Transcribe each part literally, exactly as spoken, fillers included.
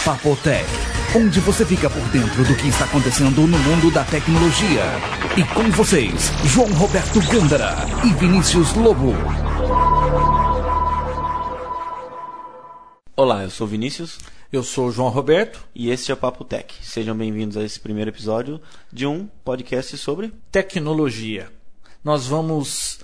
Papotec, onde você fica por dentro do que está acontecendo no mundo da tecnologia. E com vocês, João Roberto Gândara e Vinícius Lobo. Olá, eu sou o Vinícius. Eu sou o João Roberto. E este é o Papotec. Sejam bem-vindos a esse primeiro episódio de um podcast sobre tecnologia. Nós vamos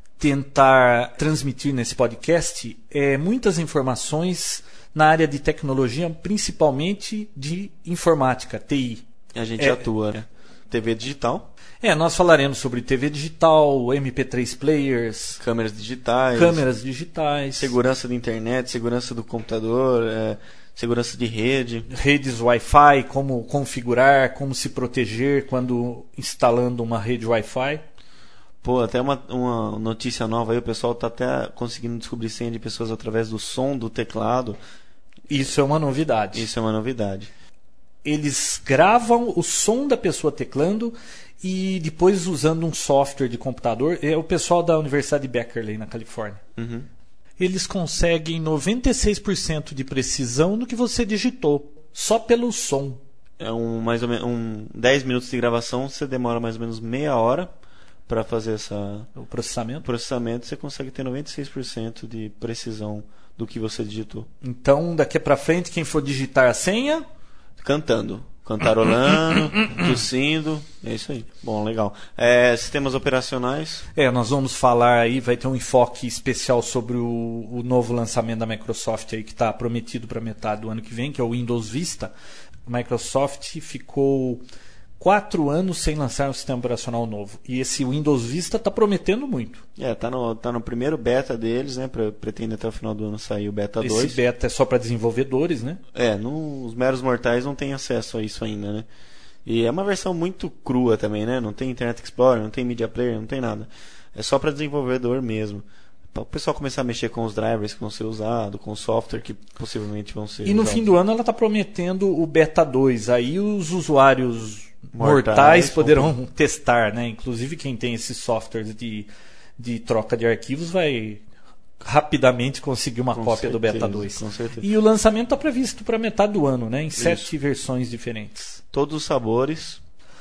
tentar transmitir nesse podcast é, muitas informações na área de tecnologia, principalmente de informática, T I. A gente é, atua, né? T V digital. É, nós falaremos sobre T V digital, M P três players, câmeras digitais, câmeras digitais, segurança da internet, segurança do computador, é, segurança de rede, redes Wi-Fi, como configurar, como se proteger quando instalando uma rede Wi-Fi. Pô, até uma, uma notícia nova aí, o pessoal está até conseguindo descobrir senha de pessoas através do som do teclado. Isso é uma novidade. Isso é uma novidade. Eles gravam o som da pessoa teclando e depois usando um software de computador. É o pessoal da Universidade de Berkeley, na Califórnia. Uhum. Eles conseguem noventa e seis por cento de precisão no que você digitou, só pelo som. É um, mais ou menos, um dez minutos de gravação, você demora mais ou menos meia hora para fazer essa, o processamento. processamento. Você consegue ter noventa e seis por cento de precisão do que você digitou. Então, daqui para frente, quem for digitar a senha... Cantando, cantarolando, tossindo, é isso aí. Bom, legal. É, sistemas operacionais. É, nós vamos falar aí, vai ter um enfoque especial sobre o, o novo lançamento da Microsoft aí que está prometido para metade do ano que vem, que é o Windows Vista. A Microsoft ficou quatro anos sem lançar um sistema operacional novo. E esse Windows Vista está prometendo muito. É, tá no, tá no primeiro beta deles, né? Pra, pretende até o final do ano sair o beta dois. Esse beta é só para desenvolvedores, né? É, no, os meros mortais não têm acesso a isso ainda, né? E é uma versão muito crua também, né? Não tem Internet Explorer, não tem Media Player, não tem nada. É só para desenvolvedor mesmo. Para o pessoal começar a mexer com os drivers que vão ser usados, com o software que possivelmente vão ser E no usados. fim do ano ela está prometendo o beta dois. Aí os usuários mortais, mortais poderão como... testar, né? Inclusive quem tem esses softwares de, de troca de arquivos vai rapidamente conseguir uma com cópia certeza, do beta dois. Com certeza. E o lançamento está previsto para metade do ano, né? Em Isso. sete versões diferentes. Todos os sabores.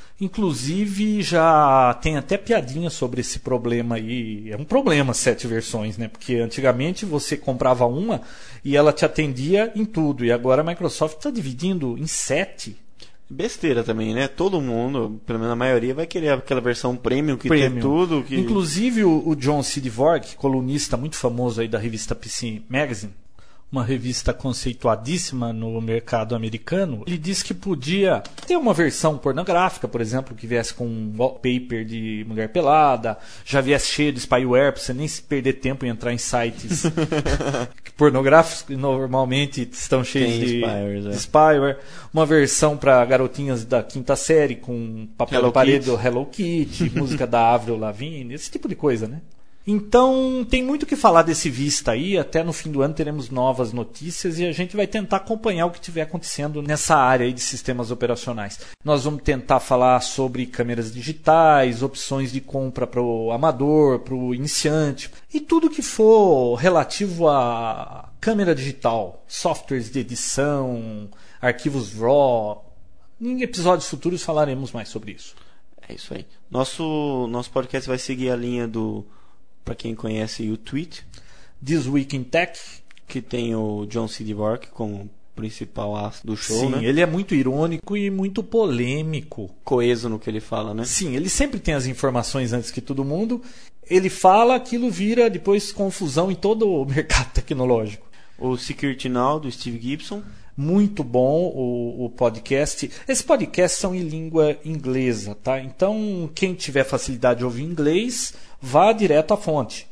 Inclusive já tem até piadinha sobre esse problema aí. É um problema sete versões, né? Porque antigamente você comprava uma e ela te atendia em tudo. E agora a Microsoft está dividindo em sete. Besteira também, né? Todo mundo, pelo menos a maioria, vai querer aquela versão premium que premium. tem tudo. Que... Inclusive o, o John C. Dvorak, colunista muito famoso aí da revista P C Magazine, uma revista conceituadíssima no mercado americano, ele disse que podia ter uma versão pornográfica, por exemplo, que viesse com um wallpaper de mulher pelada, já viesse cheio de spyware, para você nem se perder tempo em entrar em sites pornográficos que normalmente estão cheios de, spywares, é. de spyware. Uma versão para garotinhas da quinta série com papel Hello de parede Kitty. do Hello Kitty, música da Avril Lavigne, esse tipo de coisa, né? Então, tem muito o que falar desse Vista aí. Até no fim do ano teremos novas notícias e a gente vai tentar acompanhar o que estiver acontecendo nessa área aí de sistemas operacionais. Nós vamos tentar falar sobre câmeras digitais, opções de compra para o amador, para o iniciante e tudo que for relativo a câmera digital, softwares de edição, arquivos RAW. Em episódios futuros falaremos mais sobre isso. É isso aí. Nosso, nosso podcast vai seguir a linha do... Para quem conhece o Tweet, This Week in Tech, que tem o John C. Dvorak como principal astro do show. Sim, né? Ele é muito irônico e muito polêmico. Coeso no que ele fala, né? Sim, ele sempre tem as informações antes que todo mundo. Ele fala, aquilo vira depois confusão em todo o mercado tecnológico. O Security Now, do Steve Gibson. Muito bom o, o podcast. Esses podcasts são em língua inglesa, tá? Então, quem tiver facilidade de ouvir inglês, vá direto à fonte.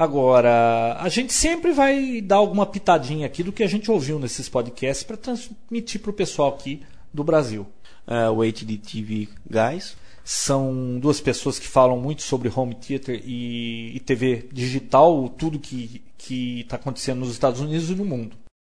Agora, a gente sempre vai dar alguma pitadinha aqui do que a gente ouviu nesses podcasts para transmitir para o pessoal aqui do Brasil. Uh, o H D T V Guys. São duas pessoas que falam muito sobre home theater e, e T V digital, tudo que que está acontecendo nos Estados Unidos e no mundo.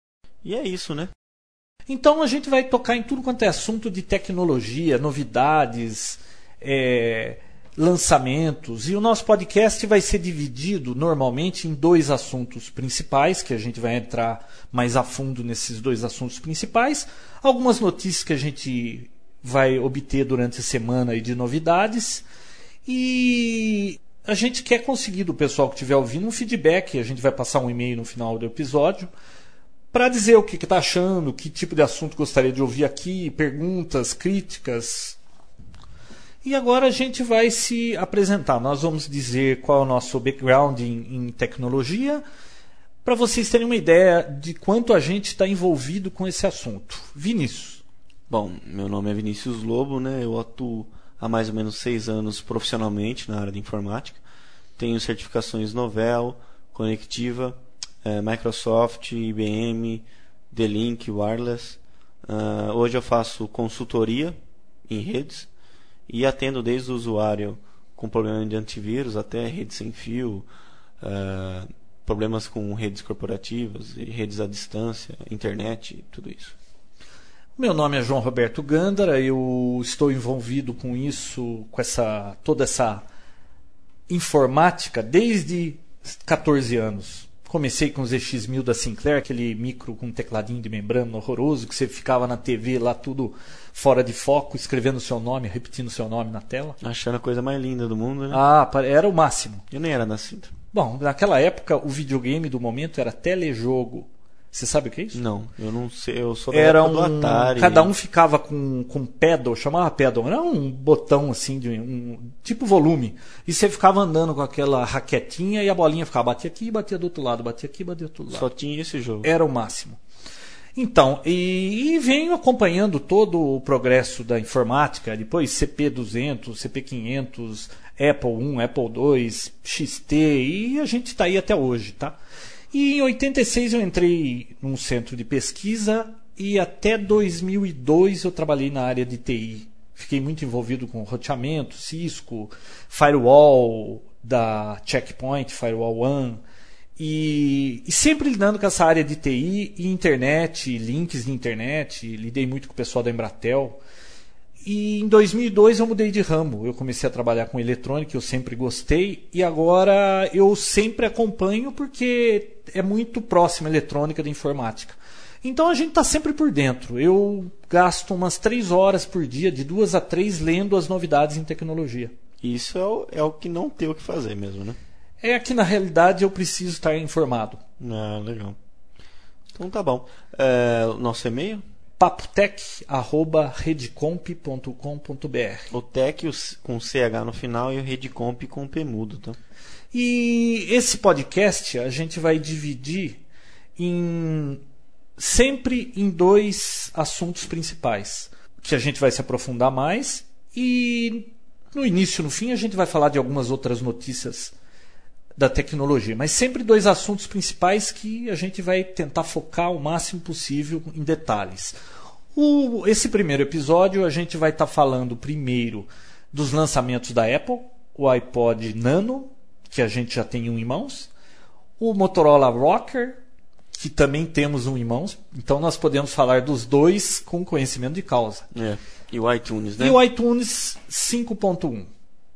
E é isso, né? Então a gente vai tocar em tudo quanto é assunto de tecnologia, novidades, é, lançamentos. E o nosso podcast vai ser dividido normalmente em dois assuntos principais, que a gente vai entrar mais a fundo nesses dois assuntos principais. Algumas notícias que a gente vai obter durante a semana e de novidades. E a gente quer conseguir do pessoal que estiver ouvindo um feedback. A gente vai passar um e-mail no final do episódio para dizer o que está achando, que tipo de assunto gostaria de ouvir aqui, perguntas, críticas. E agora a gente vai se apresentar. Nós vamos dizer qual é o nosso background em, em tecnologia, para vocês terem uma ideia de quanto a gente está envolvido com esse assunto. Vinícius. Bom, meu nome é Vinícius Lobo, né? Eu atuo há mais ou menos seis anos profissionalmente na área de informática. Tenho certificações Novell, Conectiva, eh, Microsoft, I B M, D-Link, Wireless. Uh, hoje eu faço consultoria em redes. E atendo desde o usuário com problema de antivírus até rede sem fio, uh, problemas com redes corporativas, redes à distância, internet, tudo isso. Meu nome é João Roberto Gândara, eu estou envolvido com isso, com essa, toda essa informática desde catorze anos. Comecei com os Z X mil da Sinclair, aquele micro com tecladinho de membrana horroroso, que você ficava na T V lá tudo fora de foco, escrevendo o seu nome, repetindo o seu nome na tela. Achando a coisa mais linda do mundo, né? Ah, era o máximo. Eu nem era nascido. Bom, naquela época o videogame do momento era telejogo. Você sabe o que é isso? Não, eu não sei, eu sou da era época um, do Atari. Cada um ficava com, com pedal, chamava pedal, era um botão assim, de um tipo volume. E você ficava andando com aquela raquetinha e a bolinha ficava, batia aqui, batia do outro lado, batia aqui, batia do outro lado. Só tinha esse jogo. Era o máximo. Então, e, e venho acompanhando todo o progresso da informática, depois C P duzentos, C P quinhentos, Apple um, Apple dois, X T, e a gente está aí até hoje, tá? E em oitenta e seis eu entrei num centro de pesquisa e até dois mil e dois eu trabalhei na área de T I. Fiquei muito envolvido com roteamento, Cisco, firewall da Checkpoint, Firewall One, e, e sempre lidando com essa área de T I e internet, links de internet, lidei muito com o pessoal da Embratel. E em dois mil e dois eu mudei de ramo, eu comecei a trabalhar com eletrônica, eu sempre gostei, e agora eu sempre acompanho porque é muito próximo a eletrônica da informática. Então a gente está sempre por dentro. Eu gasto umas três horas por dia, de duas a três, lendo as novidades em tecnologia. Isso é o, é o que não tem o que fazer mesmo, né? É que na realidade eu preciso estar informado. Ah, legal. Então tá bom. É, o nosso e-mail? papotec arroba redcomp ponto com ponto b r. O tech com C H no final e o redcomp com P mudo, tá? E esse podcast a gente vai dividir em sempre em dois assuntos principais, que a gente vai se aprofundar mais, e no início e no fim a gente vai falar de algumas outras notícias da tecnologia, mas sempre dois assuntos principais que a gente vai tentar focar o máximo possível em detalhes. O, esse primeiro episódio a gente vai estar tá falando primeiro dos lançamentos da Apple, o iPod Nano, que a gente já tem um em mãos, o Motorola Rocker, que também temos um em mãos, então nós podemos falar dos dois com conhecimento de causa. É. E o iTunes, né? E o iTunes cinco ponto um.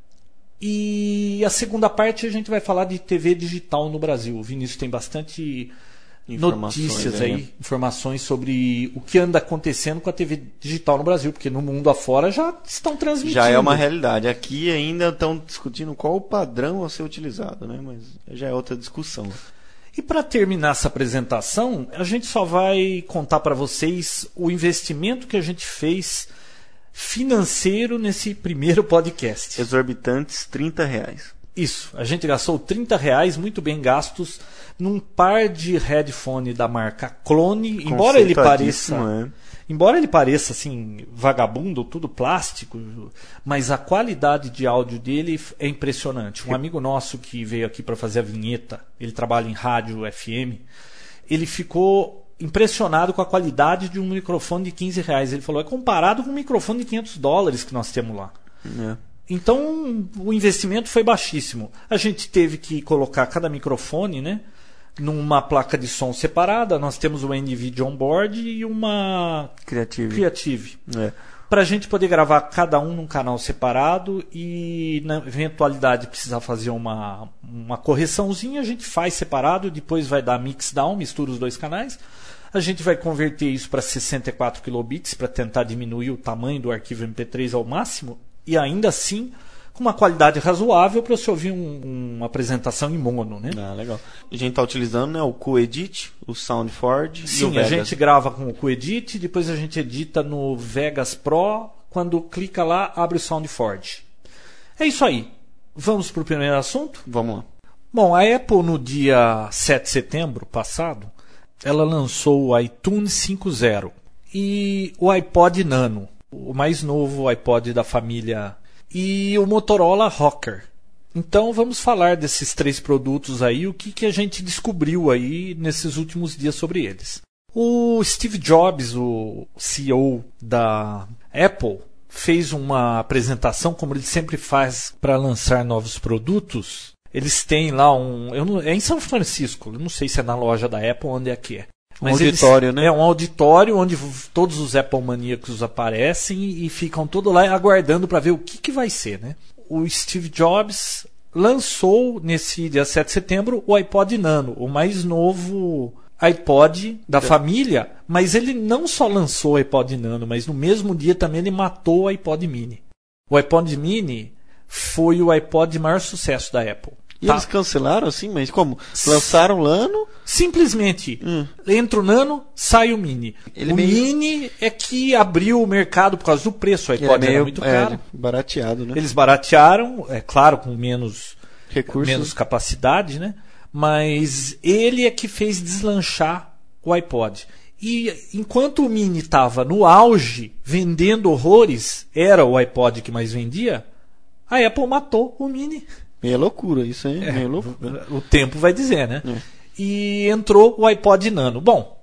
E a segunda parte a gente vai falar de T V digital no Brasil. O Vinícius tem bastante notícias aí, aí, informações sobre o que anda acontecendo com a T V digital no Brasil, porque no mundo afora já estão transmitindo. Já é uma realidade. Aqui ainda estão discutindo qual o padrão a ser utilizado, né? Mas já é outra discussão. E para terminar essa apresentação, a gente só vai contar para vocês o investimento que a gente fez financeiro nesse primeiro podcast. Exorbitantes trinta reais. Isso, a gente gastou trinta reais, muito bem gastos, num par de headphone da marca Clone, embora ele pareça, é. embora ele pareça assim vagabundo, tudo plástico, mas a qualidade de áudio dele é impressionante. Um amigo nosso que veio aqui para fazer a vinheta, ele trabalha em rádio F M, ele ficou impressionado com a qualidade de um microfone de quinze reais. Ele falou, é comparado com um microfone de quinhentos dólares que nós temos lá. É. Então, o investimento foi baixíssimo. A gente teve que colocar cada microfone, né, numa placa de som separada. Nós temos o N V I D I A On Board e uma Creative. Creative. É. para a gente poder gravar cada um num canal separado e, na eventualidade, precisar fazer uma, uma correçãozinha, a gente faz separado, depois vai dar mix down, mistura os dois canais. A gente vai converter isso para sessenta e quatro kilobits para tentar diminuir o tamanho do arquivo M P três ao máximo e ainda assim com uma qualidade razoável para você ouvir um, uma apresentação em mono, né? Ah, legal. A gente está utilizando, né, o QEdit, o SoundForge Sim, e o Vegas. A gente grava com o QEdit, depois a gente edita no Vegas Pro, quando clica lá, abre o SoundForge. É isso aí. Vamos para o primeiro assunto? Vamos lá. Bom, a Apple no dia sete de setembro passado, ela lançou o iTunes cinco ponto zero e o iPod Nano, o mais novo iPod da família, e o Motorola Rocker. Então vamos falar desses três produtos aí, o que, que a gente descobriu aí nesses últimos dias sobre eles. O Steve Jobs, o C E O da Apple, fez uma apresentação, como ele sempre faz para lançar novos produtos. Eles têm lá um... Eu não, é em São Francisco, eu não sei se é na loja da Apple ou onde é que é. Mas um auditório, eles, né? É um auditório onde todos os Apple maníacos aparecem e ficam todos lá aguardando para ver o que, que vai ser, né? O Steve Jobs lançou nesse dia sete de setembro o iPod Nano, o mais novo iPod da é. família, mas ele não só lançou o iPod Nano, mas no mesmo dia também ele matou o iPod Mini. O iPod Mini foi o iPod de maior sucesso da Apple. E tá. eles cancelaram assim? Mas como? Lançaram o Nano? Simplesmente. Hum. Entra o Nano, sai o Mini. Ele o meio... Mini é que abriu o mercado por causa do preço. O iPod é meio, era muito caro. É, barateado, né? Eles baratearam, é claro, com menos recursos, menos capacidade, né? Mas ele é que fez deslanchar o iPod. E enquanto o Mini estava no auge, vendendo horrores, era o iPod que mais vendia, a Apple matou o Mini. Meia loucura, isso aí, é, meia loucura. O tempo vai dizer, né? É. E entrou o iPod Nano. Bom,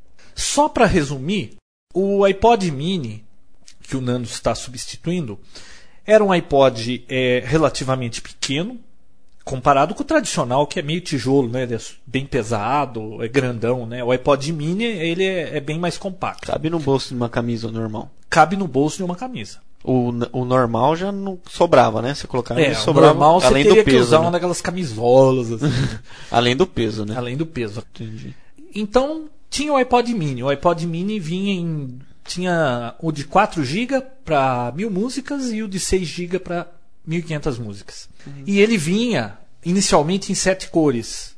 só para resumir, o iPod Mini, que o Nano está substituindo, era um iPod é, relativamente pequeno, comparado com o tradicional, que é meio tijolo, né? Ele é bem pesado, é grandão, né? O iPod Mini ele é, é bem mais compacto. Cabe no bolso de uma camisa normal. Cabe no bolso de uma camisa. O, o normal já não sobrava, né? Você colocava é, e sobrava, o normal além você teria do peso, que usar né? uma daquelas camisolas. Assim. Além do peso, né? Além do peso. Entendi. Então, tinha o iPod Mini. O iPod Mini vinha em... Tinha o de quatro gigas para mil músicas e o de seis gigas para mil e quinhentas músicas. Uhum. E ele vinha inicialmente em sete cores.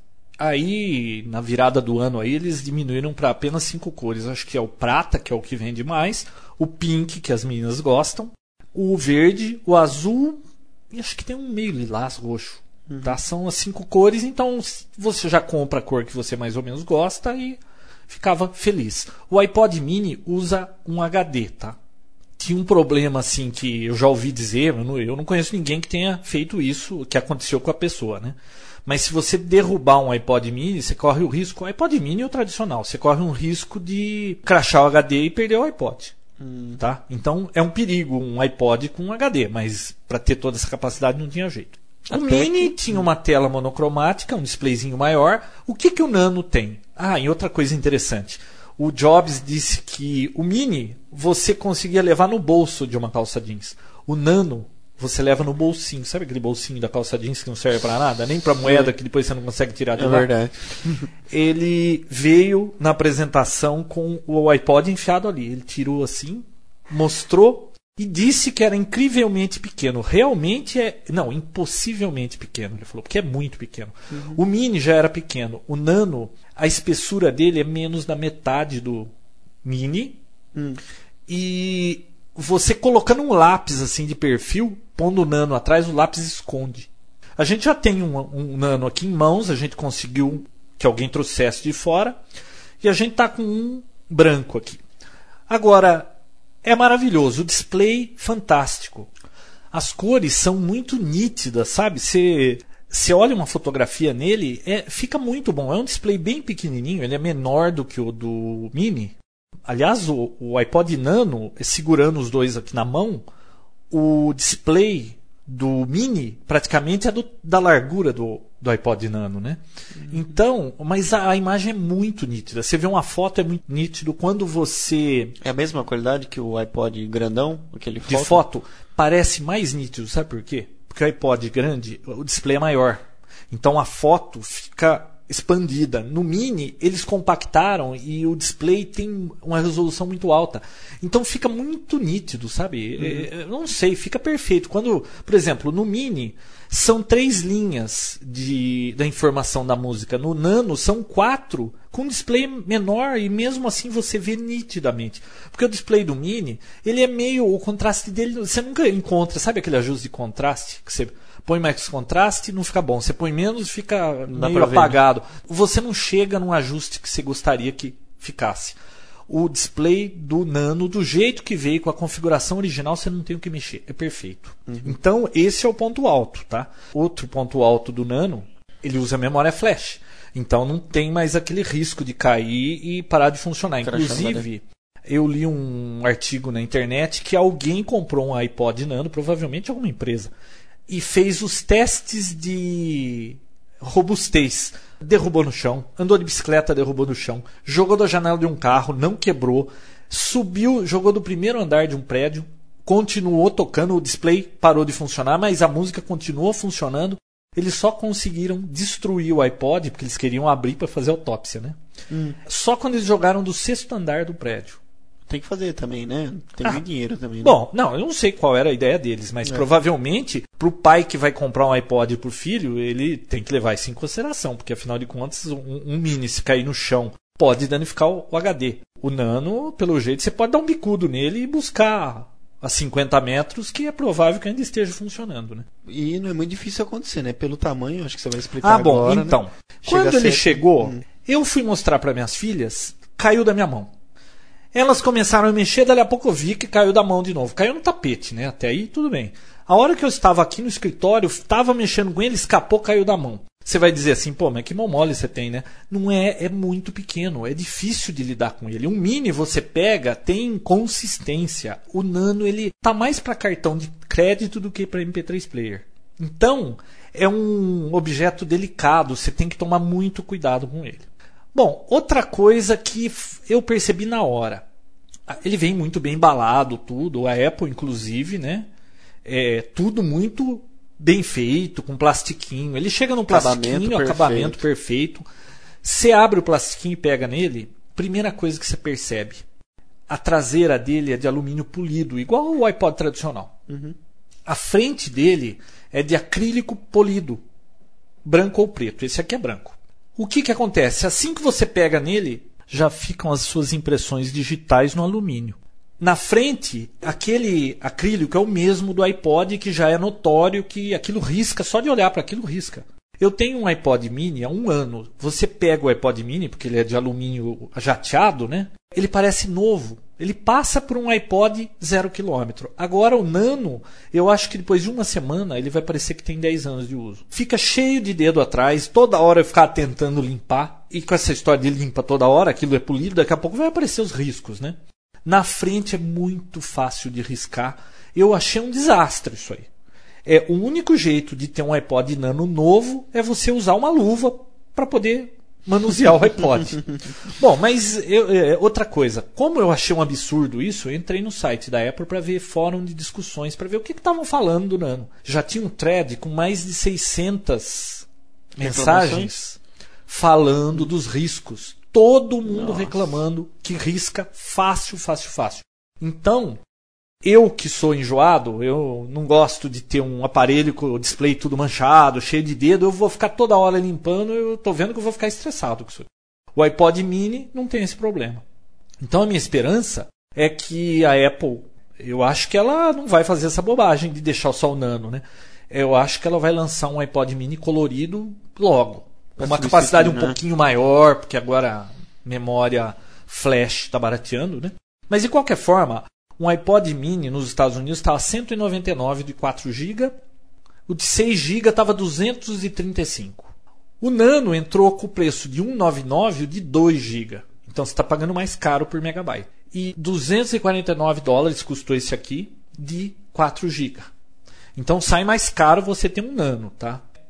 Aí, na virada do ano, aí, eles diminuíram para apenas cinco cores. Acho que é o prata, que é o que vende mais, o pink, que as meninas gostam, o verde, o azul e acho que tem um meio lilás roxo. Uhum. Tá? São as cinco cores, então você já compra a cor que você mais ou menos gosta e ficava feliz. O iPod Mini usa um H D, tá? Tinha um problema assim que eu já ouvi dizer, eu não, eu não conheço ninguém que tenha feito isso, que aconteceu com a pessoa, né? Mas se você derrubar um iPod Mini, você corre o risco, o iPod Mini é o tradicional, você corre um risco de crashar o H D e perder o iPod. Hum. Tá? Então é um perigo um iPod com um H D, mas para ter toda essa capacidade não tinha jeito. O Até Mini que... tinha uma tela monocromática, um displayzinho maior. O que, que o Nano tem? Ah, e outra coisa interessante. O Jobs disse que o Mini você conseguia levar no bolso de uma calça jeans. O Nano você leva no bolsinho. Sabe aquele bolsinho da calça jeans que não serve para nada? Nem para moeda que depois você não consegue tirar de é lá. É verdade. Ele veio na apresentação com o iPod enfiado ali. Ele tirou assim, mostrou e disse que era incrivelmente pequeno. Realmente é... Não, impossivelmente pequeno. Ele falou, porque é muito pequeno. Uhum. O Mini já era pequeno. O Nano, a espessura dele é menos da metade do Mini. Hum. E... você colocando um lápis assim de perfil, pondo o Nano atrás, o lápis esconde. A gente já tem um, um Nano aqui em mãos, a gente conseguiu que alguém trouxesse de fora, e a gente está com um branco aqui. Agora, é maravilhoso, o display fantástico. As cores são muito nítidas, sabe? Você, você olha uma fotografia nele, é, fica muito bom. É um display bem pequenininho, ele é menor do que o do Mini. Aliás, o, o iPod Nano, segurando os dois aqui na mão, o display do Mini praticamente é do, da largura do, do iPod Nano, né? Uhum. Então, mas a, a imagem é muito nítida. Você vê uma foto, é muito nítido. Quando você... É a mesma qualidade que o iPod grandão? Aquele de foto? foto, parece mais nítido. Sabe por quê? Porque o iPod grande, o display é maior. Então a foto fica expandida. No Mini, eles compactaram e o display tem uma resolução muito alta. Então fica muito nítido, sabe? Uhum. É, não sei, fica perfeito. Quando, por exemplo, no Mini são três linhas de, da informação da música. No Nano são quatro, com display menor e mesmo assim você vê nitidamente. Porque o display do Mini, ele é meio, o contraste dele, você nunca encontra, sabe aquele ajuste de contraste que você põe mais contraste, não fica bom. Você põe menos, fica meio apagado. Ver, né? Você não chega num ajuste que você gostaria que ficasse. O display do Nano, do jeito que veio, com a configuração original, você não tem o que mexer. É perfeito. Uhum. Então, esse é o ponto alto, tá? Outro ponto alto do Nano, ele usa memória flash. Então, não tem mais aquele risco de cair e parar de funcionar. Inclusive, eu li um artigo na internet que alguém comprou um iPod Nano, provavelmente alguma empresa, e fez os testes de robustez. Derrubou no chão, andou de bicicleta, derrubou no chão, jogou da janela de um carro, não quebrou, subiu, jogou do primeiro andar de um prédio, continuou tocando, o display parou de funcionar, mas a música continuou funcionando. Eles só conseguiram destruir o iPod, porque eles queriam abrir para fazer autópsia, né? Hum. Só quando eles jogaram do sexto andar do prédio. Tem que fazer também, né? Tem ah, muito dinheiro também. Né? Bom, não, eu não sei qual era a ideia deles, mas é. provavelmente pro pai que vai comprar um iPod pro filho, ele tem que levar isso em consideração, porque afinal de contas, um, um Mini, se cair no chão, pode danificar o, o H D. O Nano, pelo jeito, você pode dar um bicudo nele e buscar a cinquenta metros, que é provável que ainda esteja funcionando, né? E não é muito difícil acontecer, né? Pelo tamanho, acho que você vai explicar ah, bom, agora. Então, né? quando Chega ele ser... chegou, hum. eu fui mostrar para minhas filhas, caiu da minha mão. Elas começaram a mexer, dali a pouco eu vi que caiu da mão de novo. Caiu no tapete, né? Até aí, tudo bem. A hora que eu estava aqui no escritório, estava mexendo com ele, escapou, caiu da mão. Você vai dizer assim, pô, mas que mão mole você tem, né? Não é, é muito pequeno, é difícil de lidar com ele. Um Mini você pega, tem consistência. O Nano, ele tá mais para cartão de crédito do que para M P três player. Então, é um objeto delicado, você tem que tomar muito cuidado com ele. Bom, outra coisa que eu percebi na hora. Ele vem muito bem embalado, tudo. A Apple, inclusive, né? É tudo muito bem feito, com plastiquinho. Ele chega no plastiquinho, acabamento perfeito. acabamento perfeito. Você abre o plastiquinho e pega nele, primeira coisa que você percebe. A traseira dele é de alumínio polido, igual o iPod tradicional. Uhum. A frente dele é de acrílico polido, branco ou preto. Esse aqui é branco. O que, que acontece? Assim que você pega nele, já ficam as suas impressões digitais no alumínio. Na frente, aquele acrílico é o mesmo do iPod, que já é notório que aquilo risca, só de olhar para aquilo risca. Eu tenho um iPod Mini há um ano. Você pega o iPod Mini, porque ele é de alumínio jateado, né? Ele parece novo. Ele passa por um iPod zero quilômetro. Agora o Nano, eu acho que depois de uma semana ele vai parecer que tem dez anos de uso. Fica cheio de dedo atrás, toda hora eu ficar tentando limpar. E com essa história de limpa toda hora, aquilo é polido, daqui a pouco vai aparecer os riscos, né? Na frente é muito fácil de riscar. Eu achei um desastre isso aí. É, o único jeito de ter um iPod Nano novo é você usar uma luva para poder manusear o iPod. Bom, mas eu, é, outra coisa. Como eu achei um absurdo isso, eu entrei no site da Apple para ver fórum de discussões, para ver o que estavam falando do Nano. Já tinha um thread com mais de seiscentas mensagens falando dos riscos. Todo mundo Nossa. reclamando que risca fácil, fácil, fácil. Então, eu que sou enjoado, eu não gosto de ter um aparelho com o display tudo manchado, cheio de dedo, eu vou ficar toda hora limpando, eu tô vendo que eu vou ficar estressado com isso. O iPod Mini não tem esse problema. Então a minha esperança é que a Apple, eu acho que ela não vai fazer essa bobagem de deixar só o Nano, né? Eu acho que ela vai lançar um iPod Mini colorido logo. Uma capacidade um pouquinho maior, porque agora a memória flash está barateando, né? Mas de qualquer forma, um iPod Mini nos Estados Unidos estava cento e noventa e nove de quatro gigas, o de seis gigas estava duzentos e trinta e cinco. O Nano entrou com o preço de cento e noventa e nove, o de dois gigas. Então você está pagando mais caro por megabyte. E duzentos e quarenta e nove dólares custou esse aqui de quatro gigas. Então sai mais caro você ter um Nano, tá?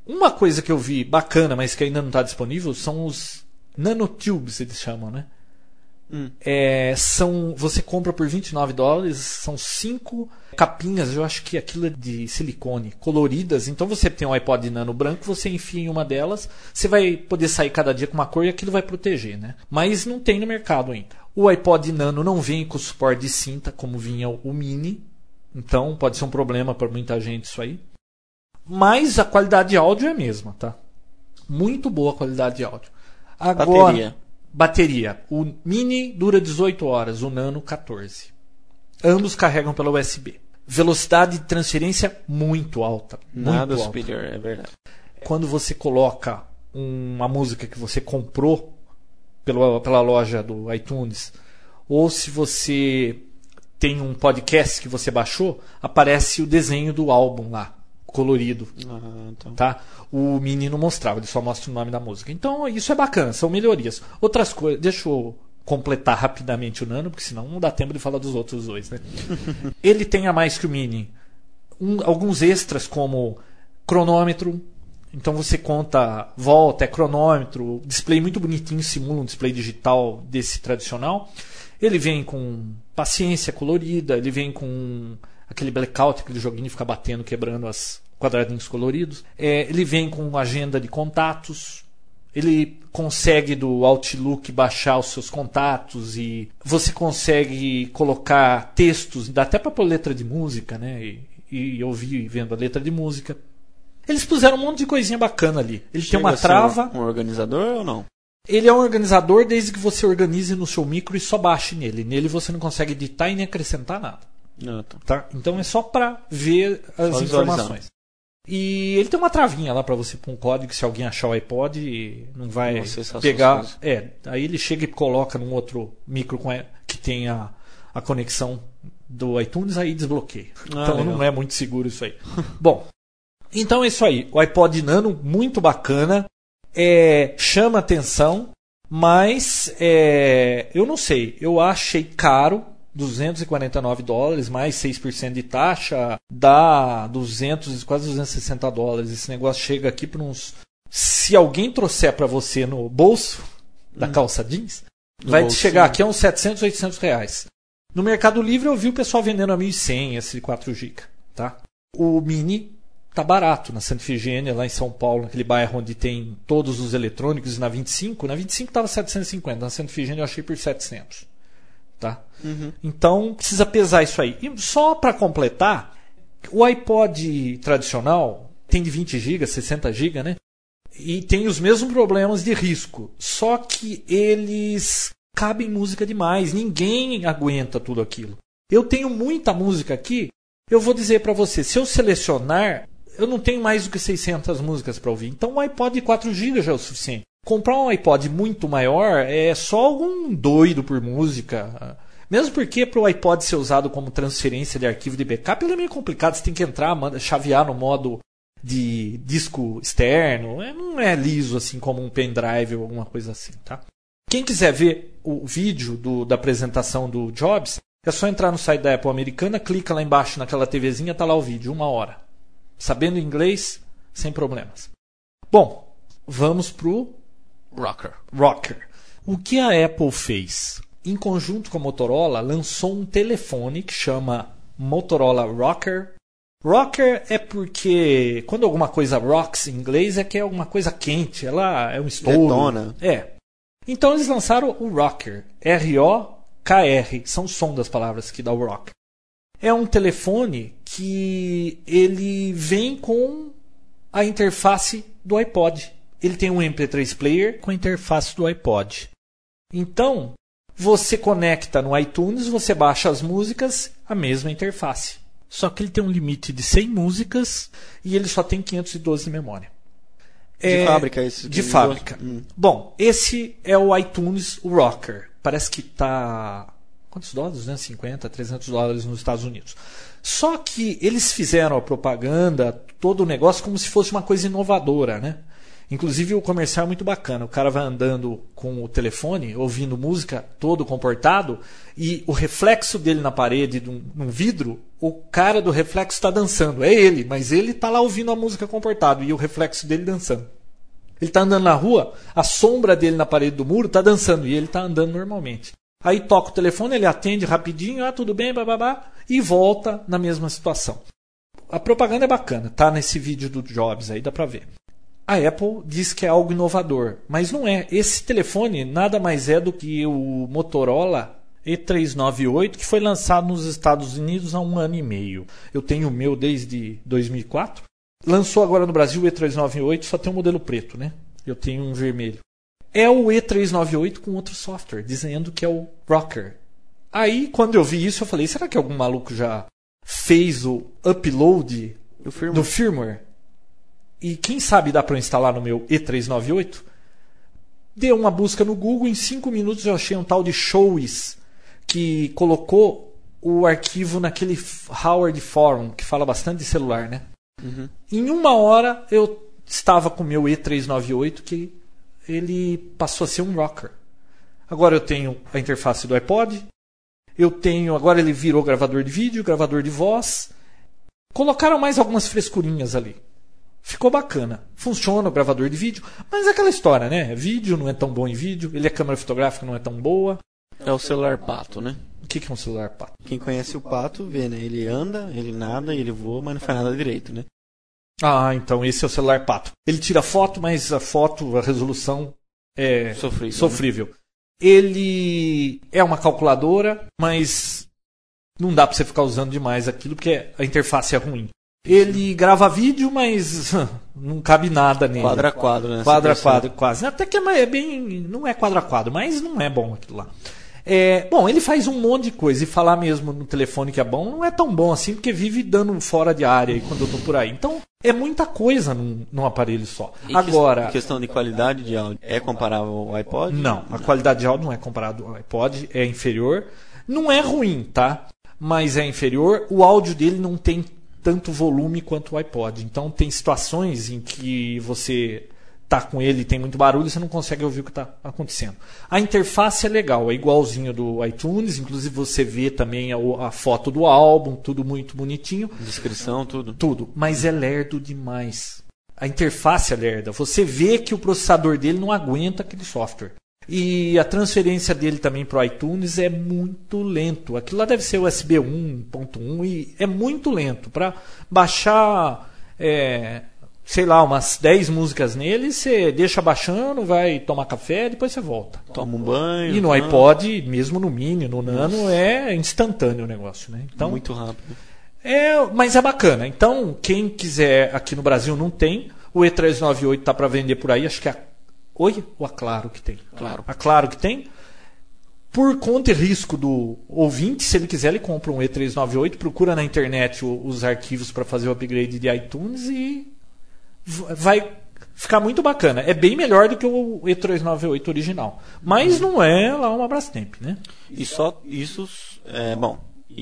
Uma coisa que eu vi bacana, mas que ainda não está disponível, são os nanotubes, eles chamam, né? Hum. É, são, você compra por vinte e nove dólares, são cinco capinhas, eu acho que aquilo é de silicone, coloridas. Então você tem um iPod Nano branco, você enfia em uma delas, você vai poder sair cada dia com uma cor e aquilo vai proteger, né? Mas não tem no mercado ainda. O iPod Nano não vem com suporte de cinta, como vinha o Mini, então pode ser um problema para muita gente isso aí. Mas a qualidade de áudio é a mesma, tá? Muito boa a qualidade de áudio. Agora, bateria. Bateria. O Mini dura dezoito horas, o Nano quatorze. Ambos carregam pela U S B. Velocidade de transferência muito alta. Nada muito superior, alta. É verdade. Quando você coloca uma música que você comprou pela, pela loja do iTunes, ou se você tem um podcast que você baixou, aparece o desenho do álbum lá, colorido. Ah, então. Tá? O Mini não mostrava, ele só mostra o nome da música. Então isso é bacana, são melhorias. Outras coisas, deixa eu completar rapidamente o Nano, porque senão não dá tempo de falar dos outros dois, né? Ele tem a mais que o Mini um, alguns extras como cronômetro. Então você conta volta, é cronômetro, display muito bonitinho, simula um display digital desse tradicional. Ele vem com paciência colorida, ele vem com aquele blackout, aquele joguinho fica batendo, quebrando os quadradinhos coloridos. É, ele vem com agenda de contatos. Ele consegue do Outlook baixar os seus contatos e você consegue colocar textos, dá até para pôr letra de música, né? E, e ouvir vendo a letra de música. Eles puseram um monte de coisinha bacana ali. Ele Chega tem uma trava. Um organizador ou não? Ele é um organizador desde que você organize no seu micro e só baixe nele. Nele você não consegue editar e nem acrescentar nada. Não, tá. Tá? Então é só para ver as só informações. E ele tem uma travinha lá para você pôr um código, se alguém achar o iPod, não vai Nossa, pegar. É, aí ele chega e coloca num outro micro com a, que tem a, a conexão do iTunes, aí desbloqueia. Ah, então legal. não é muito seguro isso aí. Bom, então é isso aí. O iPod Nano, muito bacana. É, chama atenção, mas é, eu não sei. Eu achei caro. duzentos e quarenta e nove dólares, mais seis por cento de taxa, dá duzentos, quase duzentos e sessenta dólares. Esse negócio chega aqui para uns... Se alguém trouxer para você no bolso da hum. calça jeans, do vai bolsinho. Chegar aqui a uns setecentos, oitocentos reais. No Mercado Livre eu vi o pessoal vendendo a mil e cem esse quatro gigas. Tá? O Mini tá barato na Santa Efigênia, lá em São Paulo, naquele bairro onde tem todos os eletrônicos, na vinte e cinco. Na vinte e cinco estava setecentos e cinquenta, na Santa Efigênia eu achei por setecentos. Tá? Uhum. Então precisa pesar isso aí. E só para completar, o iPod tradicional tem de vinte gigas, sessenta gigas, né? E tem os mesmos problemas de risco. Só que eles cabem música demais. Ninguém aguenta tudo aquilo. Eu tenho muita música aqui. Eu vou dizer para você, se eu selecionar, eu não tenho mais do que seiscentas músicas para ouvir. Então um iPod de quatro gigas já é o suficiente. Comprar um iPod muito maior é só algum doido por música. Mesmo porque para o iPod ser usado como transferência de arquivo de backup, ele é meio complicado. Você tem que entrar, chavear no modo de disco externo. Não é liso assim como um pendrive ou alguma coisa assim. Tá? Quem quiser ver o vídeo do, da apresentação do Jobs, é só entrar no site da Apple americana, clica lá embaixo naquela TVzinha, tá lá o vídeo, uma hora. Sabendo inglês, sem problemas. Bom, vamos pro Rocker. Rocker. O que a Apple fez? Em conjunto com a Motorola, lançou um telefone que chama Motorola Rocker. Rocker é porque quando alguma coisa rocks em inglês é que é alguma coisa quente, ela é um estouro. Detona. É. Então eles lançaram o Rocker. R O K R. São o som das palavras que dá o rock. É um telefone que ele vem com a interface do iPod. Ele tem um M P três player com a interface do iPod. Então, você conecta no iTunes, você baixa as músicas, a mesma interface. Só que ele tem um limite de cem músicas e ele só tem quinhentos e doze de memória. De é, fábrica esse? De fábrica. Hum. Bom, esse é o iTunes Rocker. Parece que está... Quantos dólares? duzentos e cinquenta, trezentos dólares nos Estados Unidos. Só que eles fizeram a propaganda, todo o negócio, como se fosse uma coisa inovadora, né? Inclusive o comercial é muito bacana. O cara vai andando com o telefone, ouvindo música, todo comportado, e o reflexo dele na parede, num, num vidro, o cara do reflexo está dançando. É ele, mas ele está lá ouvindo a música comportado e o reflexo dele dançando. Ele está andando na rua, a sombra dele na parede do muro está dançando e ele está andando normalmente. Aí toca o telefone, ele atende rapidinho, ah, tudo bem, bababá, e volta na mesma situação. A propaganda é bacana, tá nesse vídeo do Jobs aí, dá para ver. A Apple diz que é algo inovador, mas não é. Esse telefone nada mais é do que o Motorola E trezentos e noventa e oito, que foi lançado nos Estados Unidos há um ano e meio. Eu tenho o meu desde dois mil e quatro. Lançou agora no Brasil o E trezentos e noventa e oito, só tem um modelo preto, né? Eu tenho um vermelho. É o E trezentos e noventa e oito com outro software, dizendo que é o Rocker. Aí, quando eu vi isso, eu falei, será que algum maluco já fez o upload Do firmware. do firmware? E quem sabe dá para instalar no meu E trezentos e noventa e oito? Dei uma busca no Google, em cinco minutos eu achei um tal de Showies que colocou o arquivo naquele Howard Forum, que fala bastante de celular, né? Uhum. Em uma hora eu estava com o meu E trezentos e noventa e oito, que ele passou a ser um Rocker. Agora eu tenho a interface do iPod, eu tenho, agora ele virou gravador de vídeo, gravador de voz. Colocaram mais algumas frescurinhas ali. Ficou bacana. Funciona o gravador de vídeo, mas é aquela história, né? Vídeo não é tão bom em vídeo, ele é câmera fotográfica, não é tão boa. É o celular pato, né? O que é um celular pato? Quem conhece o pato vê, né? Ele anda, ele nada, ele voa, mas não faz nada direito, né? Ah, então esse é o celular pato. Ele tira foto, mas a foto, a resolução é Sofrível, sofrível. Né? Ele é uma calculadora, mas não dá para você ficar usando demais aquilo, porque a interface é ruim. Ele grava vídeo, mas não cabe nada nele. Quadro a quadro, né? Quadro a quadro, quase. Até que é bem. Não é quadro a quadro, mas não é bom aquilo lá. É, bom, ele faz um monte de coisa. E falar mesmo no telefone que é bom não é tão bom assim, porque vive dando fora de área quando eu tô por aí. Então, é muita coisa num, num aparelho só. E Agora. Questão de qualidade de áudio, é comparável ao iPod? Não, a qualidade de áudio não é comparado ao iPod, é inferior. Não é ruim, tá? Mas é inferior. O áudio dele não tem tanto volume quanto o iPod. Então tem situações em que você tá com ele e tem muito barulho e você não consegue ouvir o que está acontecendo. A interface é legal, é igualzinho do iTunes, inclusive você vê também a, a foto do álbum, tudo muito bonitinho. Descrição, tudo. Tudo, mas é lerdo demais. A interface é lerda. Você vê que o processador dele não aguenta aquele software. E a transferência dele também para o iTunes é muito lento. Aquilo lá deve ser U S B um ponto um e é muito lento. Para baixar, é, sei lá, umas dez músicas nele, você deixa baixando, vai tomar café, depois você volta. Toma um banho. E no ah, iPod, mesmo no Mini, no Nano, é instantâneo o negócio, né? Então, muito rápido. É, mas é bacana. Então, quem quiser, aqui no Brasil não tem. O E trezentos e noventa e oito está para vender por aí, acho que é a Oi ou a Claro que tem? Claro. A Claro que tem. Por conta e risco do ouvinte, se ele quiser, ele compra um E trezentos e noventa e oito, procura na internet os arquivos para fazer o upgrade de iTunes e vai ficar muito bacana. É bem melhor do que o E trezentos e noventa e oito original. Mas não é lá uma Brastemp, né? E só isso é bom.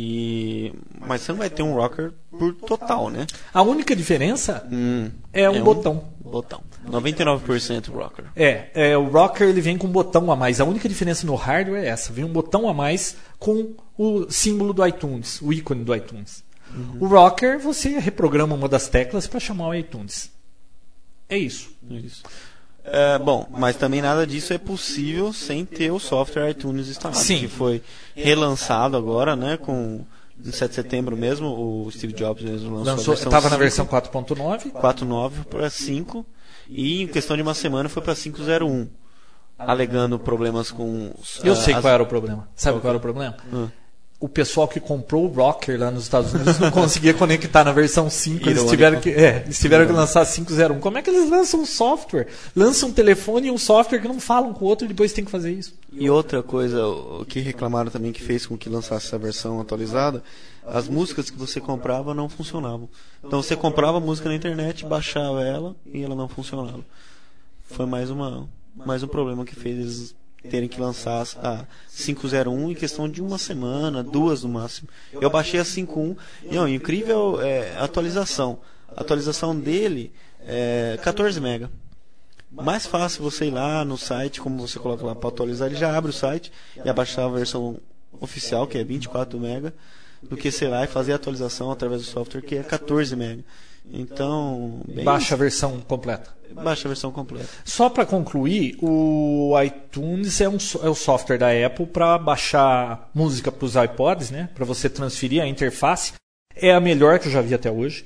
E mas você não vai ter um rocker por total, né? A única diferença hum, é um é botão. Um botão. noventa e nove por cento rocker. É, é, o rocker ele vem com um botão a mais. A única diferença no hardware é essa. Vem um botão a mais com o símbolo do iTunes, o ícone do iTunes. Uhum. O rocker você reprograma uma das teclas para chamar o iTunes. É isso. Isso. É, bom, mas também nada disso é possível sem ter o software iTunes instalado. Sim. Que foi relançado agora, né? Com em sete de setembro mesmo, o Steve Jobs mesmo lançou, lançou a versão estava na versão quatro ponto nove. quatro ponto nove para cinco e em questão de uma semana foi para cinco ponto zero um, alegando problemas com. Eu sei as... qual era o problema. Sabe qual, qual era o problema? Hum. O pessoal que comprou o Rocker lá nos Estados Unidos não conseguia conectar na versão cinco. Eles tiveram, que, é, eles tiveram que lançar cinco ponto zero um. Como é que eles lançam um software? Lançam um telefone e um software que não falam com o outro e depois tem que fazer isso. E outra coisa, o que reclamaram também que fez com que lançasse essa versão atualizada, as músicas que você comprava não funcionavam. Então você comprava a música na internet, baixava ela e ela não funcionava. Foi mais, uma, mais um problema que fez eles terem que lançar a cinco ponto zero um em questão de uma semana, duas no máximo. Eu baixei a cinco ponto um e ó, incrível é, atualização. A atualização dele é quatorze mega. mais fácil você ir lá no site, como você coloca lá para atualizar, ele já abre o site e abaixar a versão oficial, que é vinte e quatro mega, do que sei lá e fazer a atualização através do software, que é quatorze mega. Então, bem, Baixa a versão completa. Baixa a versão completa. Só para concluir, o iTunes é, um, é o software da Apple para baixar música para os iPods, né? Para você transferir a interface. É a melhor que eu já vi até hoje.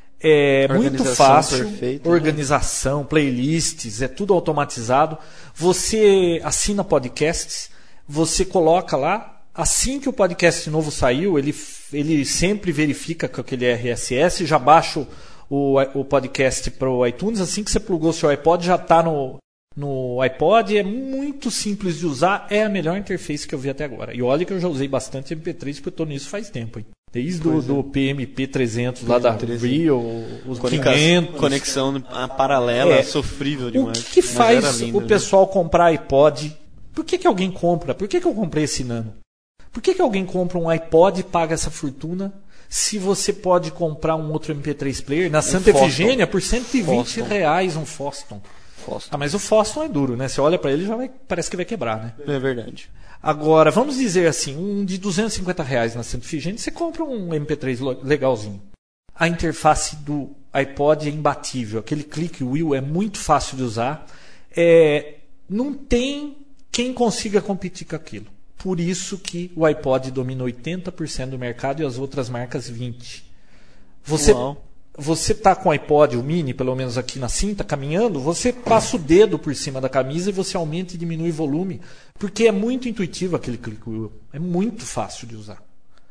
É muito fácil, perfeita, organização, né? Playlists, é tudo automatizado. Você assina podcasts, você coloca lá. Assim que o podcast novo saiu, ele, ele sempre verifica com aquele R S S, já baixa o, o podcast para o iTunes. Assim que você plugou seu iPod, já está no, no iPod. É muito simples de usar, é a melhor interface que eu vi até agora. E olha que eu já usei bastante M P três, porque eu estou nisso faz tempo. Hein? Desde o do, é. do P M P trezentos lá da Rio, os quinhentos. Conexão paralela, é, sofrível demais. O que, que faz lindo, o pessoal né? comprar iPod? Por que, que alguém compra? Por que, que eu comprei esse Nano? Por que, que alguém compra um iPod e paga essa fortuna se você pode comprar um outro M P três player na Santa um Efigênia por cento e vinte reais um Foston? Foston? Ah, mas o Foston é duro, né? Você olha para ele já vai, parece que vai quebrar, né? É verdade. Agora, vamos dizer assim, um de duzentos e cinquenta reais na Santa Efigênia, você compra um M P três legalzinho. A interface do iPod é imbatível. Aquele click wheel é muito fácil de usar. É, não tem quem consiga competir com aquilo. Por isso que o iPod domina oitenta por cento do mercado e as outras marcas vinte por cento. Você você está com o iPod, o mini, pelo menos aqui na cinta, caminhando, você passa o dedo por cima da camisa e você aumenta e diminui o volume. Porque é muito intuitivo aquele click wheel. É muito fácil de usar.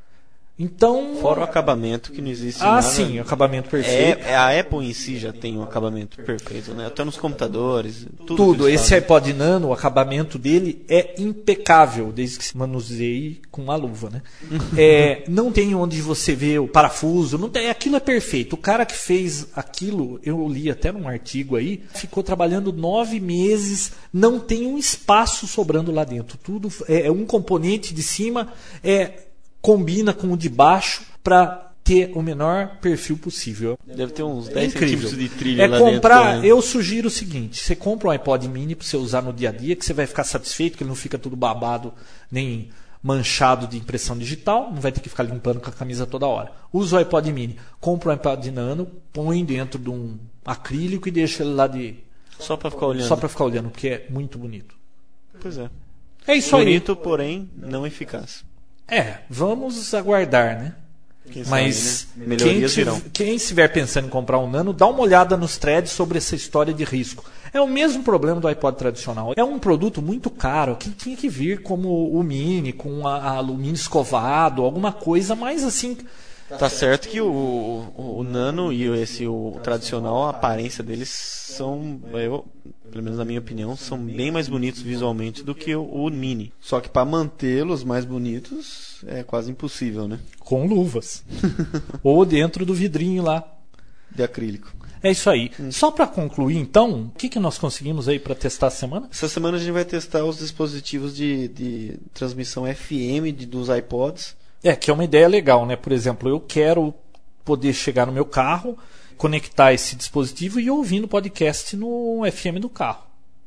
Então, fora o acabamento que não existe ah, nada. sim, o acabamento perfeito. É, a Apple em si já tem um acabamento perfeito, né? Até nos computadores. Tudo. tudo. Esse fazem. iPod Nano, o acabamento dele é impecável, desde que se manuseie com uma luva, né? é, não tem onde você vê o parafuso, não tem, aquilo é perfeito. O cara que fez aquilo, eu li até num artigo aí, ficou trabalhando nove meses, não tem um espaço sobrando lá dentro. Tudo é, é um componente de cima, é combina com o de baixo para ter o menor perfil possível. Deve ter uns é dez centímetros de trilha é lá comprar, dentro. Né? Eu sugiro o seguinte, você compra um iPod mini para você usar no dia a dia, que você vai ficar satisfeito, que ele não fica tudo babado, nem manchado de impressão digital, não vai ter que ficar limpando com a camisa toda hora. Usa o iPod mini, compra um iPod Nano, põe dentro de um acrílico e deixa ele lá de... Só para ficar olhando. Só para ficar olhando, porque é muito bonito. Pois é. É isso bonito, aí. Bonito, porém não eficaz. É, vamos aguardar, né? Quem Mas sabe, né? Melhorias quem, virão. quem estiver pensando em comprar um Nano, dá uma olhada nos threads sobre essa história de risco. É o mesmo problema do iPod tradicional. É um produto muito caro, que tinha que vir como o Mini, com a, a alumínio escovado, alguma coisa mais assim. Tá certo que o, o, o Nano e esse o tradicional, a aparência deles são, eu, pelo menos na minha opinião, são bem mais bonitos visualmente do que o, o Mini. Só que para mantê-los mais bonitos é quase impossível, né? Com luvas. Ou dentro do vidrinho lá. De acrílico. É isso aí. Hum. Só para concluir, então, o que, que nós conseguimos aí para testar essa semana? Essa semana a gente vai testar os dispositivos de, de transmissão F M de, dos iPods. É, que é uma ideia legal, né? Por exemplo, eu quero poder chegar no meu carro, conectar esse dispositivo e ouvir no podcast no F M do carro.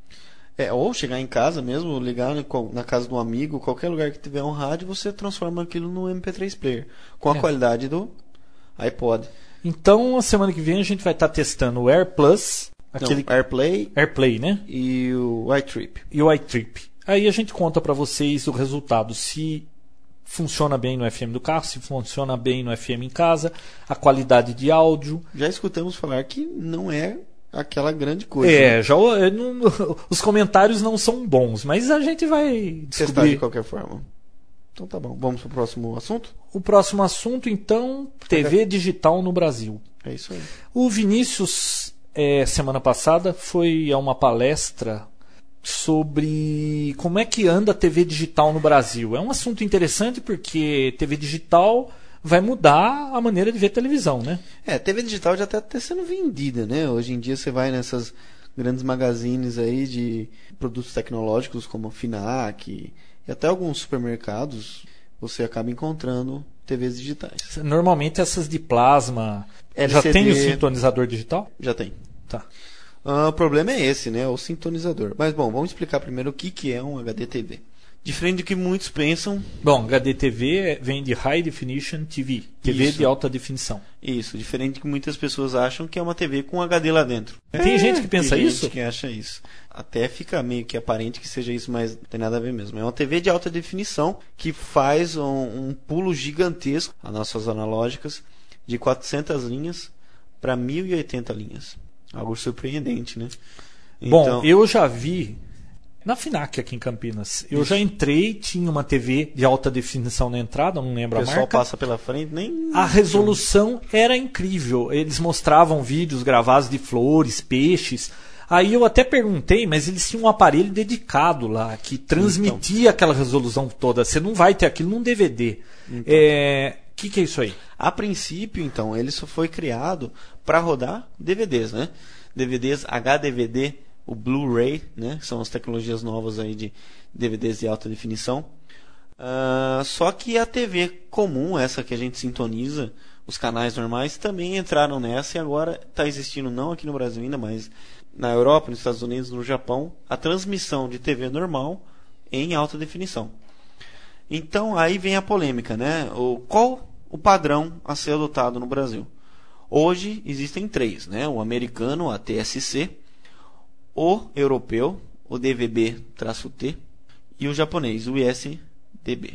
É, ou chegar em casa mesmo, ligar na casa de um amigo, qualquer lugar que tiver um rádio, você transforma aquilo no M P três player, com a é. qualidade do iPod. Então, a semana que vem a gente vai estar testando o AirPlus, aquele Não, AirPlay, AirPlay, né? E o iTrip. E o iTrip. Aí a gente conta para vocês o resultado, se funciona bem no F M do carro, se funciona bem no F M em casa, a qualidade de áudio. Já escutamos falar que não é aquela grande coisa. É, né? já não, os comentários não são bons, mas a gente vai testar descobrir. de qualquer forma. Então tá bom. Vamos para o próximo assunto? O próximo assunto, então, T V digital no Brasil. É isso aí. O Vinícius, é, semana passada, foi a uma palestra sobre como é que anda a T V digital no Brasil. É um assunto interessante porque T V digital vai mudar a maneira de ver televisão, né? É, a T V digital já está até sendo vendida, né? Hoje em dia você vai nessas grandes magazines aí de produtos tecnológicos como Finac e até alguns supermercados, você acaba encontrando T Vs digitais. Normalmente essas de plasma. L C D, já tem o sintonizador digital? Já tem. Tá. Ah, o problema é esse, né? O sintonizador. Mas bom, vamos explicar primeiro o que, que é um H D T V. Diferente do que muitos pensam. Bom, H D T V vem de High Definition T V, T V Isso. de alta definição. Isso, diferente do que muitas pessoas acham que é uma T V com H D lá dentro. Tem É, gente que pensa tem isso? gente que acha isso. Até fica meio que aparente que seja isso, mas não tem nada a ver mesmo. É uma T V de alta definição que faz um, um pulo gigantesco, as nossas analógicas, de quatrocentas linhas para mil e oitenta linhas. Algo surpreendente, né? Bom, eu já vi na FINAC aqui em Campinas. Eu Isso. já entrei, tinha uma T V de alta definição na entrada, não lembro o a pessoal marca. passa pela frente, nem... A resolução era incrível. Eles mostravam vídeos gravados de flores, peixes. Aí eu até perguntei, mas eles tinham um aparelho dedicado lá, que transmitia então. aquela resolução toda. Você não vai ter aquilo num D V D. Então. É... O que, que é isso aí? A princípio, então, ele só foi criado para rodar D V Ds, né? D V Ds H D V D, o Blu-ray, né? São as tecnologias novas aí de D V Ds de alta definição. Uh, só que a T V comum, essa que a gente sintoniza, os canais normais, também entraram nessa e agora está existindo, não aqui no Brasil ainda, mas na Europa, nos Estados Unidos, no Japão, a transmissão de T V normal em alta definição. Então aí vem a polêmica, né? O, qual o padrão a ser adotado no Brasil? Hoje existem três, né? O americano, a T S C, o europeu, o D V B-T, e o japonês, o I S D B.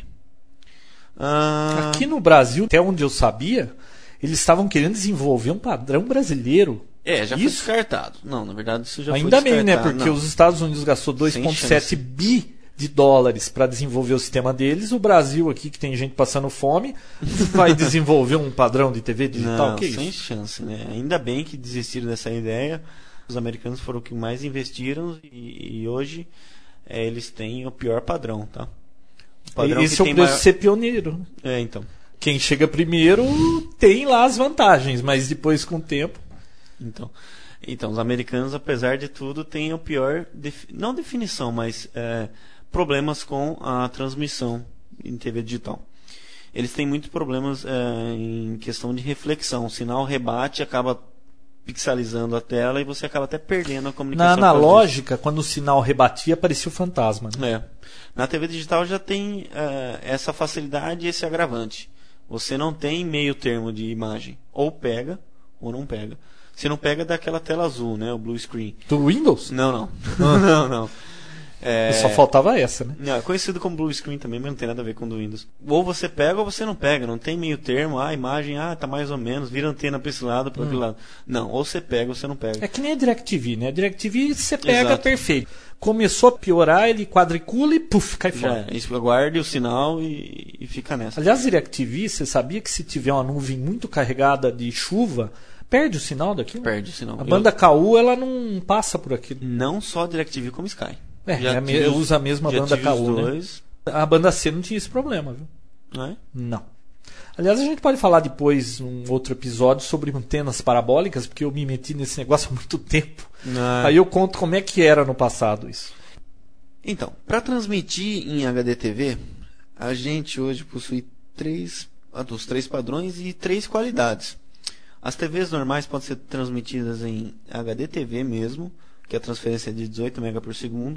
Ah... Aqui no Brasil, até onde eu sabia, eles estavam querendo desenvolver um padrão brasileiro. É, já isso? foi descartado. Não, na verdade isso já Ainda foi bem, descartado. né? Porque não. os Estados Unidos gastou dois vírgula sete bi de dólares para desenvolver o sistema deles. O Brasil aqui, que tem gente passando fome, vai desenvolver um padrão de T V digital? Não, que sem isso? chance, né? Ainda bem que desistiram dessa ideia. Os americanos foram os que mais investiram e, e hoje é, eles têm o pior padrão, tá? O padrão Esse que é o tem preço maior... de ser pioneiro. É, então. Quem chega primeiro tem lá as vantagens, mas depois com o tempo... Então, então os americanos, apesar de tudo, têm o pior, defi... não definição, mas é, problemas com a transmissão em T V digital. Eles têm muitos problemas é, em questão de reflexão. O sinal rebate, acaba pixelizando a tela e você acaba até perdendo a comunicação. Na analógica, quando o sinal rebatia, aparecia o fantasma. Né? É. Na T V digital já tem é, essa facilidade e esse agravante. Você não tem meio termo de imagem. Ou pega, ou não pega. Se não pega, dá aquela tela azul, né? O blue screen. Do Windows? Não, não. não, não. É... Só faltava essa, né? Não, é conhecido como blue screen também, mas não tem nada a ver com o do Windows. Ou você pega ou você não pega. Não tem meio termo. Ah, a imagem, ah, tá mais ou menos. Vira antena pra esse lado, pra hum. aquele lado. Não, ou você pega ou você não pega. É que nem a DirecTV, né? A DirecTV você pega Exato. Perfeito. Começou a piorar, ele quadricula e puf, cai fora. É, isso aguarde o sinal e, e fica nessa. Aliás, DirecTV, você sabia que se tiver uma nuvem muito carregada de chuva, perde o sinal daquilo? Perde o sinal. A banda Eu... K U, ela não passa por aquilo. Não só DirecTV como Sky. É, já é me... os... usa a mesma já banda K U, dois. Né? A banda C não tinha esse problema, viu? Não é? Não. Aliás, a gente pode falar depois, um outro episódio, sobre antenas parabólicas, porque eu me meti nesse negócio há muito tempo. Não. Aí eu conto como é que era no passado isso. Então, para transmitir em H D T V, a gente hoje possui três, os três padrões e três qualidades. As T Vs normais podem ser transmitidas em H D T V mesmo, que é a transferência de dezoito megabytes por segundo.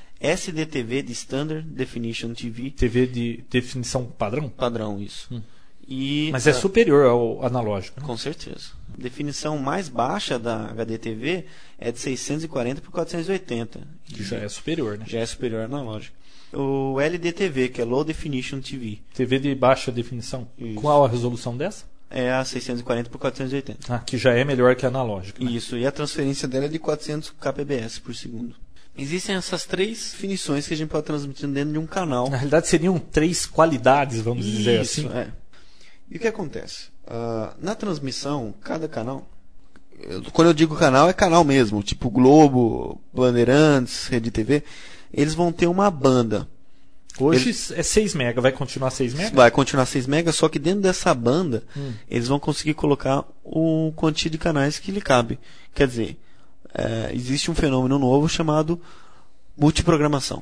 S D T V de Standard Definition T V. T V de definição padrão? Padrão, isso. Hum. E, Mas é superior ao analógico. Né? Com certeza. A definição mais baixa da H D T V é de seiscentos e quarenta por quatrocentos e oitenta. Que já é superior, né? Já é superior ao analógico. O L D T V, que é Low Definition T V. T V de baixa definição. Isso. Qual a resolução dessa? É a seiscentos e quarenta por quatrocentos e oitenta. Ah, que já é melhor que a analógica. Né? Isso, e a transferência dela é de quatrocentos kbps por segundo. Existem essas três definições que a gente pode transmitir dentro de um canal. Na realidade seriam três qualidades, vamos Isso, dizer assim. É. E o que acontece? Uh, na transmissão, cada canal... Quando eu digo canal, é canal mesmo. Tipo Globo, Bandeirantes, Rede T V. Eles vão ter uma banda. Hoje eles... é seis mega. Vai continuar seis mega? Vai continuar seis mega, só que dentro dessa banda, hum. eles vão conseguir colocar o quantia de canais que lhe cabe. Quer dizer, é, existe um fenômeno novo chamado multiprogramação.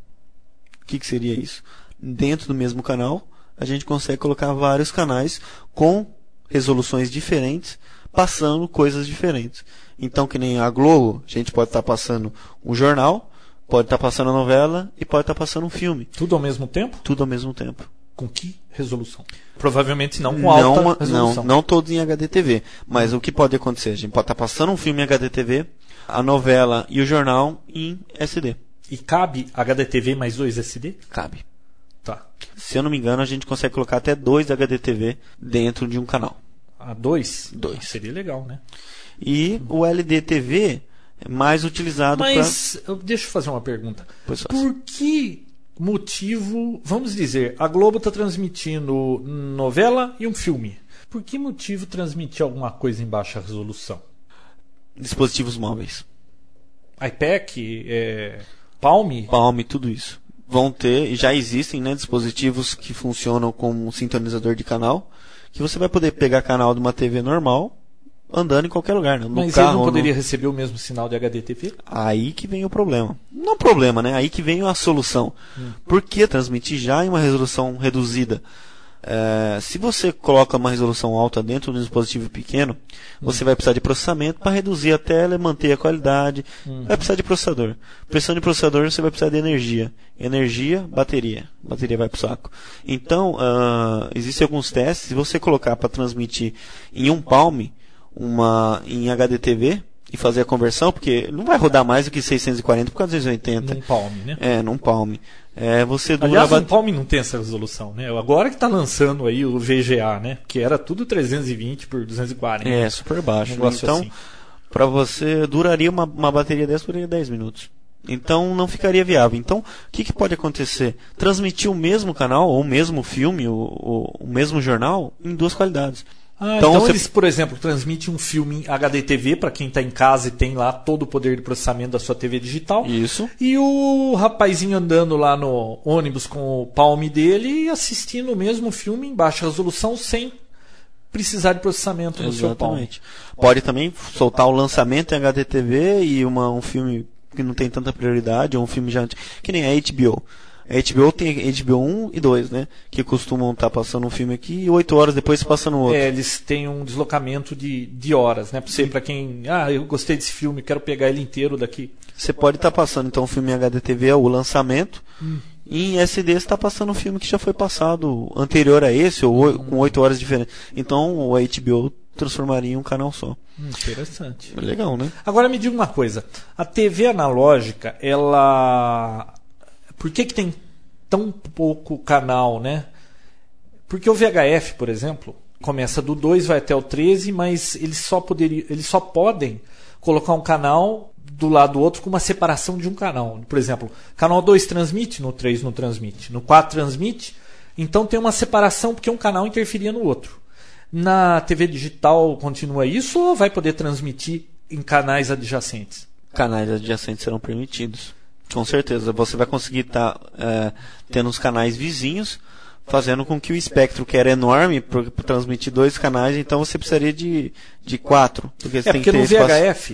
O que, que seria isso? Dentro do mesmo canal, a gente consegue colocar vários canais com resoluções diferentes passando coisas diferentes. Então, que nem a Globo, a gente pode estar passando um jornal, pode estar passando a novela e pode estar passando um filme. Tudo ao mesmo tempo? Tudo ao mesmo tempo. Com que resolução? Provavelmente não com alta não, resolução. Não, não todos em H D T V. Mas o que pode acontecer? A gente pode estar passando um filme em H D T V, a novela e o jornal em S D. E cabe H D T V mais dois S D? Cabe. Tá. Se eu não me engano, a gente consegue colocar até dois H D T V dentro de um canal. Ah, dois? Dois. Ah, seria legal, né? E o L D T V é mais utilizado para... Mas, pra... deixa eu fazer uma pergunta. Pois Por que motivo, vamos dizer, a Globo está transmitindo novela e um filme. Por que motivo transmitir alguma coisa em baixa resolução? Dispositivos móveis. iPad, é, Palm? Palm, tudo isso. Vão ter, e já existem, né, dispositivos que funcionam como um sintonizador de canal, que você vai poder pegar canal de uma T V normal, andando em qualquer lugar, né? No Mas carro, ele não poderia no... receber o mesmo sinal de H D T V? Aí que vem o problema. Não problema, né? Aí que vem a solução. Hum. Por que transmitir já em uma resolução reduzida? É, se você coloca uma resolução alta dentro de um dispositivo pequeno, hum. você vai precisar de processamento para reduzir a tela e manter a qualidade. Hum. Vai precisar de processador. Pressão de processador, você vai precisar de energia. Energia, bateria. Bateria vai para o saco. Então, uh, existem alguns testes. Se você colocar para transmitir em um Palm, uma em H D T V e fazer a conversão, porque não vai rodar mais do que seiscentos e quarenta por causa de duzentos e oitenta. Num Palm, né? É, num Palm. É, você dura Aliás, bat... o Palm não tem essa resolução, né? Agora que está lançando aí o V G A, né? Que era tudo trezentos e vinte por duzentos e quarenta. É, super baixo. Um então, assim. para você, duraria uma, uma bateria dessa duraria dez minutos. Então, não ficaria viável. Então, o que, que pode acontecer? Transmitir o mesmo canal, ou o mesmo filme, ou, ou o mesmo jornal, em duas qualidades. Ah, então, então você... eles, por exemplo, transmitem um filme em H D T V para quem está em casa e tem lá todo o poder de processamento da sua T V digital. Isso. E o rapazinho andando lá no ônibus com o Palm dele e assistindo o mesmo filme em baixa resolução sem precisar de processamento no seu Palm. Pode também soltar o lançamento em H D T V e uma, um filme que não tem tanta prioridade, ou um filme já que nem a H B O. A H B O tem H B O um e dois, né? Que costumam estar tá passando um filme aqui e oito horas depois passa no outro. É, eles têm um deslocamento de, de horas, né? Pra você, pra quem... Ah, eu gostei desse filme, quero pegar ele inteiro daqui. Você pode estar tá passando, então, o filme em H D T V é o lançamento. Hum. E em S D você está passando um filme que já foi passado anterior a esse, ou hum. com oito horas diferentes. Então, o H B O transformaria em um canal só. Hum, interessante. Legal, né? Agora me diga uma coisa. A T V analógica, ela... Por que que tem tão pouco canal, né? Porque o V H F, por exemplo, começa do dois, vai até o treze, mas eles só, poderiam, eles só podem colocar um canal do lado do outro com uma separação de um canal. Por exemplo, canal dois transmite, no três não transmite, no quatro transmite, então tem uma separação porque um canal interferia no outro. Na T V digital continua isso ou vai poder transmitir em canais adjacentes? Canais adjacentes serão permitidos. Com certeza, você vai conseguir estar tá, é, tendo os canais vizinhos, fazendo com que o espectro, que era enorme, para transmitir dois canais, então você precisaria de, de quatro. Porque, você é, tem porque que ter no espaço... V H F,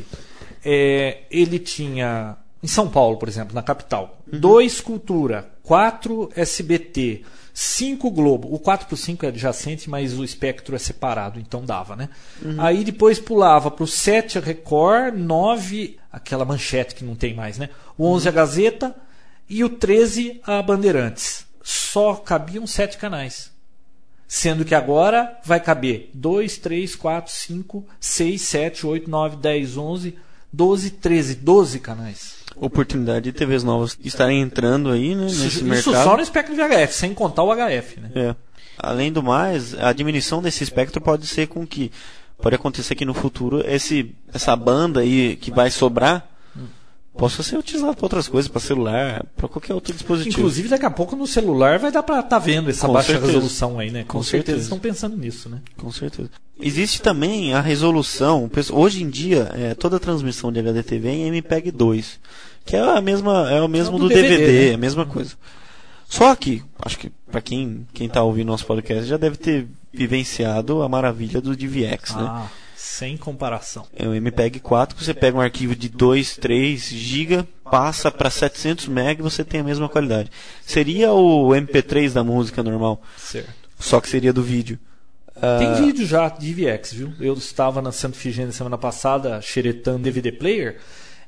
é, ele tinha, em São Paulo, por exemplo, na capital, dois uhum. Cultura, quatro S B T, cinco Globo. O quatro por cinco é adjacente, mas o espectro é separado, então dava, né? Uhum. Aí depois pulava para o sete a Record, nove aquela manchete que não tem mais, né? O onze a Gazeta e o treze a Bandeirantes. Só cabiam sete canais. Sendo que agora vai caber dois, três, quatro, cinco, seis, sete, oito, nove, dez, onze, doze, treze, doze canais. Oportunidade de T Vs novas estarem entrando aí, né, nesse isso, mercado. Isso só no espectro de V H F, sem contar o H F, né? É. Além do mais, a diminuição desse espectro pode ser com que pode acontecer que no futuro esse, essa banda aí que vai sobrar hum. possa ser utilizada para outras coisas, para celular, para qualquer outro dispositivo. Inclusive, daqui a pouco no celular vai dar para estar tá vendo essa com baixa certeza. resolução aí, né? Com, com certeza. certeza estão pensando nisso, né? Com certeza. Existe também a resolução. Hoje em dia, é, toda transmissão de H D T V é em M P E G dois, que é a mesma, é o mesmo é do, do D V D, D V D, né? A mesma coisa. Só que, acho que para quem quem está ouvindo nosso podcast já deve ter vivenciado a maravilha do D V X, ah, né? Sem comparação. É o M P E G quatro, que você pega um arquivo de dois, três gigas, passa para setecentos megas e você tem a mesma qualidade. Seria o M P três da música normal. Certo. Só que seria do vídeo. Tem vídeo já de D V X, viu? Eu estava na Santa Ifigênia semana passada, xeretando D V D player.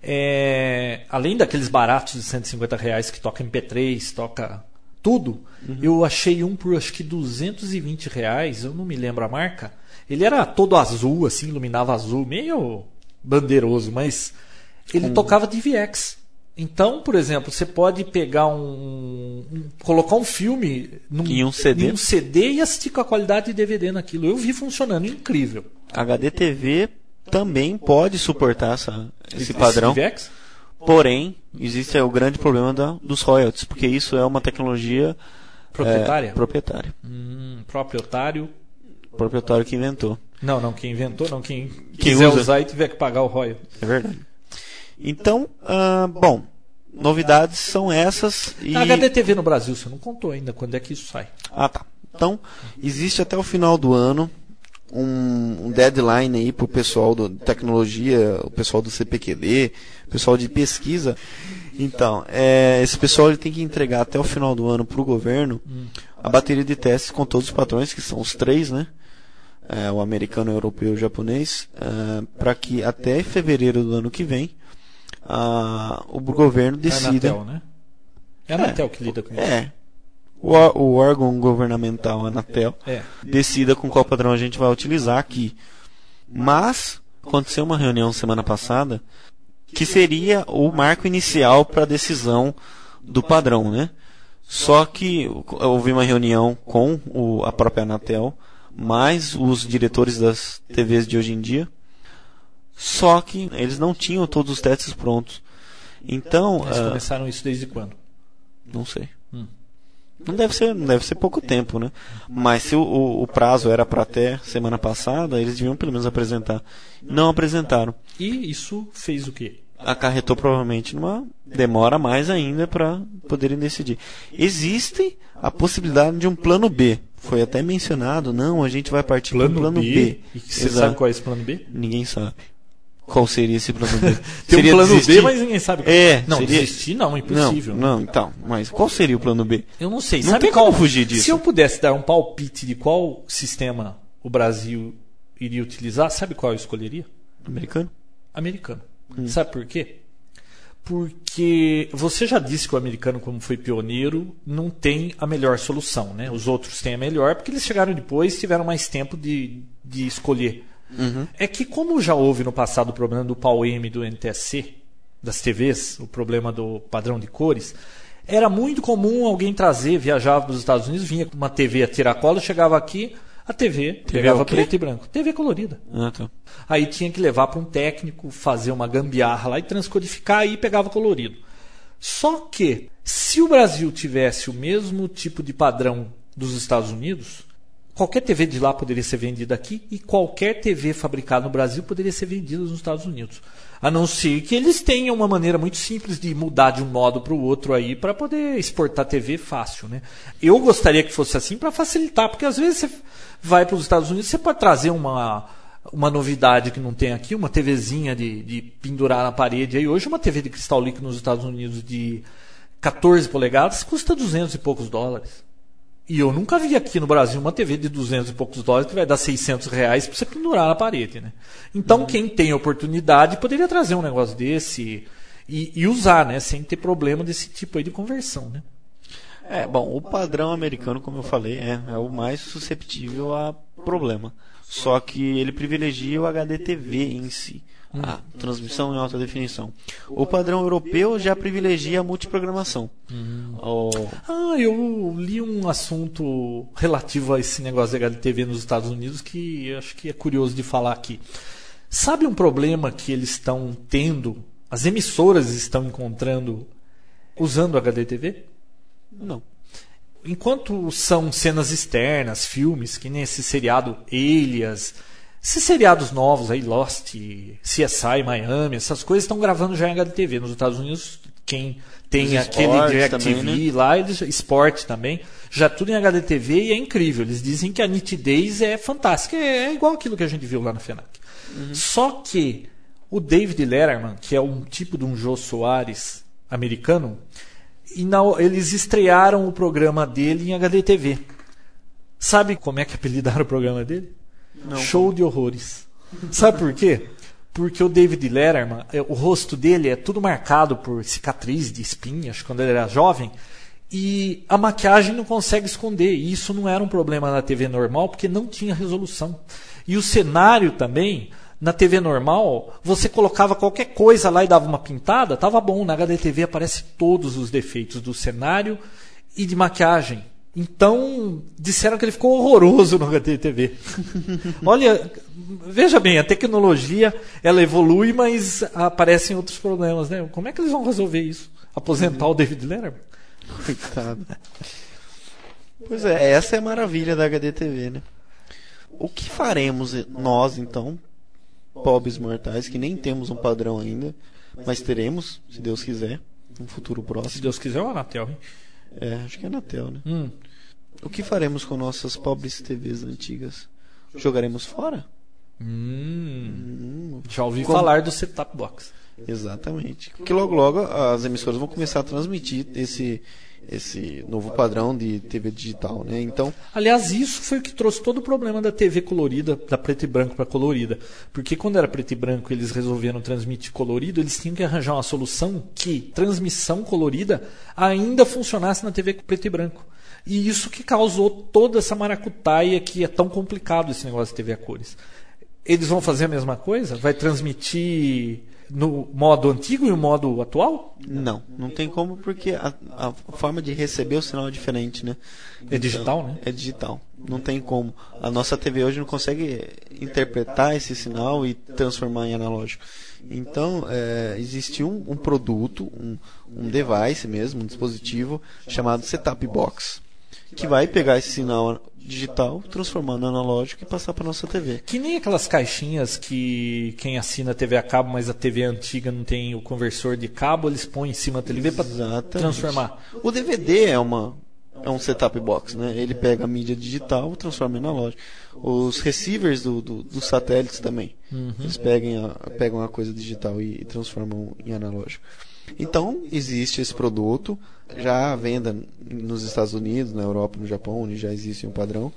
É, além daqueles baratos de cento e cinquenta reais que toca M P três, toca tudo, uhum. eu achei um por acho que duzentos e vinte reais, eu não me lembro a marca. Ele era todo azul, assim, iluminava azul, meio bandeiroso, mas ele hum. tocava D V X. Então, por exemplo, você pode pegar um, um colocar um filme num, em um C D? em um C D e assistir com a qualidade de D V D naquilo. Eu vi funcionando, incrível. H D T V também pode suportar essa, esse padrão. D V X? Porém, existe o grande problema da, dos royalties, porque isso é uma tecnologia proprietária. É, proprietária. Hum, proprietário. Proprietário que inventou. Não, não, quem inventou, não, quem, quem quiser usa. usar e tiver que pagar o royalties. É verdade. Então, uh, bom, novidades são essas. E... A H D T V no Brasil, você não contou ainda quando é que isso sai. Ah, tá. Então, existe até o final do ano um, um deadline aí para o pessoal de tecnologia, o pessoal do C P Q D, o pessoal de pesquisa. Então, é, esse pessoal ele tem que entregar até o final do ano para o governo hum. a bateria de testes com todos os padrões, que são os três, né? É, o americano, o europeu e o japonês, é, para que até fevereiro do ano que vem a, o governo decida. É a Anatel, né? É a Anatel é, que lida com isso. É. O, o órgão governamental, a Anatel, é. decida com qual padrão a gente vai utilizar aqui. Mas aconteceu uma reunião semana passada que seria o marco inicial para a decisão do padrão, né? Só que houve uma reunião com o, a própria Anatel, mais os diretores das T Vs de hoje em dia, só que eles não tinham todos os testes prontos. Então, eles uh, começaram isso desde quando? Não sei. Hum. Não deve ser, não deve ser pouco tempo, né? Mas se o, o, o prazo era para até semana passada, eles deviam pelo menos apresentar. Não apresentaram. E isso fez o quê? Acarretou provavelmente numa demora mais ainda para poderem decidir. Existe a possibilidade de um plano B. Foi até mencionado, não, a gente vai partir para o plano B. B. E você Exato. sabe qual é esse plano B? Ninguém sabe. Qual seria esse plano B? Tem seria um plano desistir? B, mas ninguém sabe. É, não, seria... desistir não, impossível. Não, não, então, mas qual seria o plano B? Eu não sei. Não sabe tem qual... como fugir disso. Se eu pudesse dar um palpite de qual sistema o Brasil iria utilizar, sabe qual eu escolheria? Americano. Americano. Hum. Sabe por quê? Porque você já disse que o americano, como foi pioneiro, não tem a melhor solução, né? Os outros têm a melhor, porque eles chegaram depois e tiveram mais tempo de, de escolher. Uhum. É que como já houve no passado o problema do P A U-M e do N T S C, das T Vs, o problema do padrão de cores, era muito comum alguém trazer, viajava para os Estados Unidos, vinha com uma T V a tiracolo, chegava aqui, a T V, T V pegava preto e branco. T V colorida. Ah, tá. Aí tinha que levar para um técnico, fazer uma gambiarra lá e transcodificar, e pegava colorido. Só que, se o Brasil tivesse o mesmo tipo de padrão dos Estados Unidos, qualquer T V de lá poderia ser vendida aqui e qualquer T V fabricada no Brasil poderia ser vendida nos Estados Unidos. A não ser que eles tenham uma maneira muito simples de mudar de um modo para o outro aí para poder exportar T V fácil, né? Eu gostaria que fosse assim para facilitar, porque às vezes você vai para os Estados Unidos, você pode trazer uma, uma novidade que não tem aqui, uma TVzinha de, de pendurar na parede. Aí hoje uma T V de cristal líquido nos Estados Unidos de quatorze polegadas custa duzentos e poucos dólares. E eu nunca vi aqui no Brasil uma T V de duzentos e poucos dólares que vai dar seiscentos reais para você pendurar na parede, né? Então, uhum. quem tem oportunidade poderia trazer um negócio desse e, e usar, né? Sem ter problema desse tipo aí de conversão, né? É, bom, o padrão americano, como eu falei, é, é o mais susceptível a problema. Só que ele privilegia o H D T V em si. A transmissão em alta definição. O padrão europeu já privilegia a multiprogramação. Hum. O... Ah, eu li um assunto relativo a esse negócio de H D T V nos Estados Unidos que eu acho que é curioso de falar aqui. Sabe um problema que eles estão tendo, as emissoras estão encontrando usando H D T V? Não. Enquanto são cenas externas, filmes, que nem esse seriado Alias, esses seriados novos aí, Lost, C S I, Miami, essas coisas estão gravando já em H D T V. Nos Estados Unidos, quem tem Os aquele DirecTV também, né? lá, eles, Sport também, já tudo em H D T V e é incrível. Eles dizem que a nitidez é fantástica, é igual aquilo que a gente viu lá na FENAC. Uhum. Só que o David Letterman, que é um tipo de um Jô Soares americano, e na, eles estrearam o programa dele em H D T V. Sabe como é que apelidaram o programa dele? Não. Show de horrores. Sabe por quê? Porque o David Letterman, o rosto dele é tudo marcado por cicatriz de espinhas quando ele era jovem, e a maquiagem não consegue esconder. E isso não era um problema na T V normal, porque não tinha resolução. E o cenário também, na T V normal, você colocava qualquer coisa lá e dava uma pintada, estava bom. Na H D T V aparece todos os defeitos do cenário e de maquiagem. Então, disseram que ele ficou horroroso no H D T V. Olha, veja bem, a tecnologia ela evolui, mas aparecem outros problemas, né? Como é que eles vão resolver isso? Aposentar o David Letterman? Coitado. Pois é, essa é a maravilha da H D T V, né? O que faremos nós, então, pobres mortais, que nem temos um padrão ainda, mas teremos, se Deus quiser, um futuro próximo. Se Deus quiser, é o Anatel, hein? É, acho que é Anatel, né? Hum. O que faremos com nossas pobres T Vs antigas? Jogaremos fora? Hum. Hum. Já ouvi Como? falar do set-top box. Exatamente. Porque logo logo as emissoras vão começar a transmitir esse, esse novo padrão de T V digital, né? Então, aliás, isso foi o que trouxe todo o problema da T V colorida, da preto e branco para colorida. Porque quando era preto e branco eles resolveram transmitir colorido, eles tinham que arranjar uma solução que transmissão colorida ainda funcionasse na T V preto e branco. E isso que causou toda essa maracutaia que é tão complicado esse negócio de T V a cores. Eles vão fazer a mesma coisa? Vai transmitir no modo antigo e no modo atual? não, não tem como, porque a, a forma de receber o sinal é diferente, né? É digital, né? É digital. Não tem como. A nossa T V hoje não consegue interpretar esse sinal e transformar em analógico. Então, é, existe um, um produto, um, um device mesmo, um dispositivo chamado Set-top Box, que vai pegar esse sinal digital, transformar no analógico e passar para nossa T V. Que nem aquelas caixinhas que quem assina a T V a cabo, mas a T V antiga não tem o conversor de cabo, eles põem em cima da T V para transformar. O D V D é uma é um set-top box, né? Ele pega a mídia digital, transforma em analógico. Os receivers do, do, dos satélites também, uhum. Eles pegam a, pegam a coisa digital e, e transformam em analógico. Então, existe esse produto, já à venda nos Estados Unidos, na Europa, no Japão, onde já existe um padrão.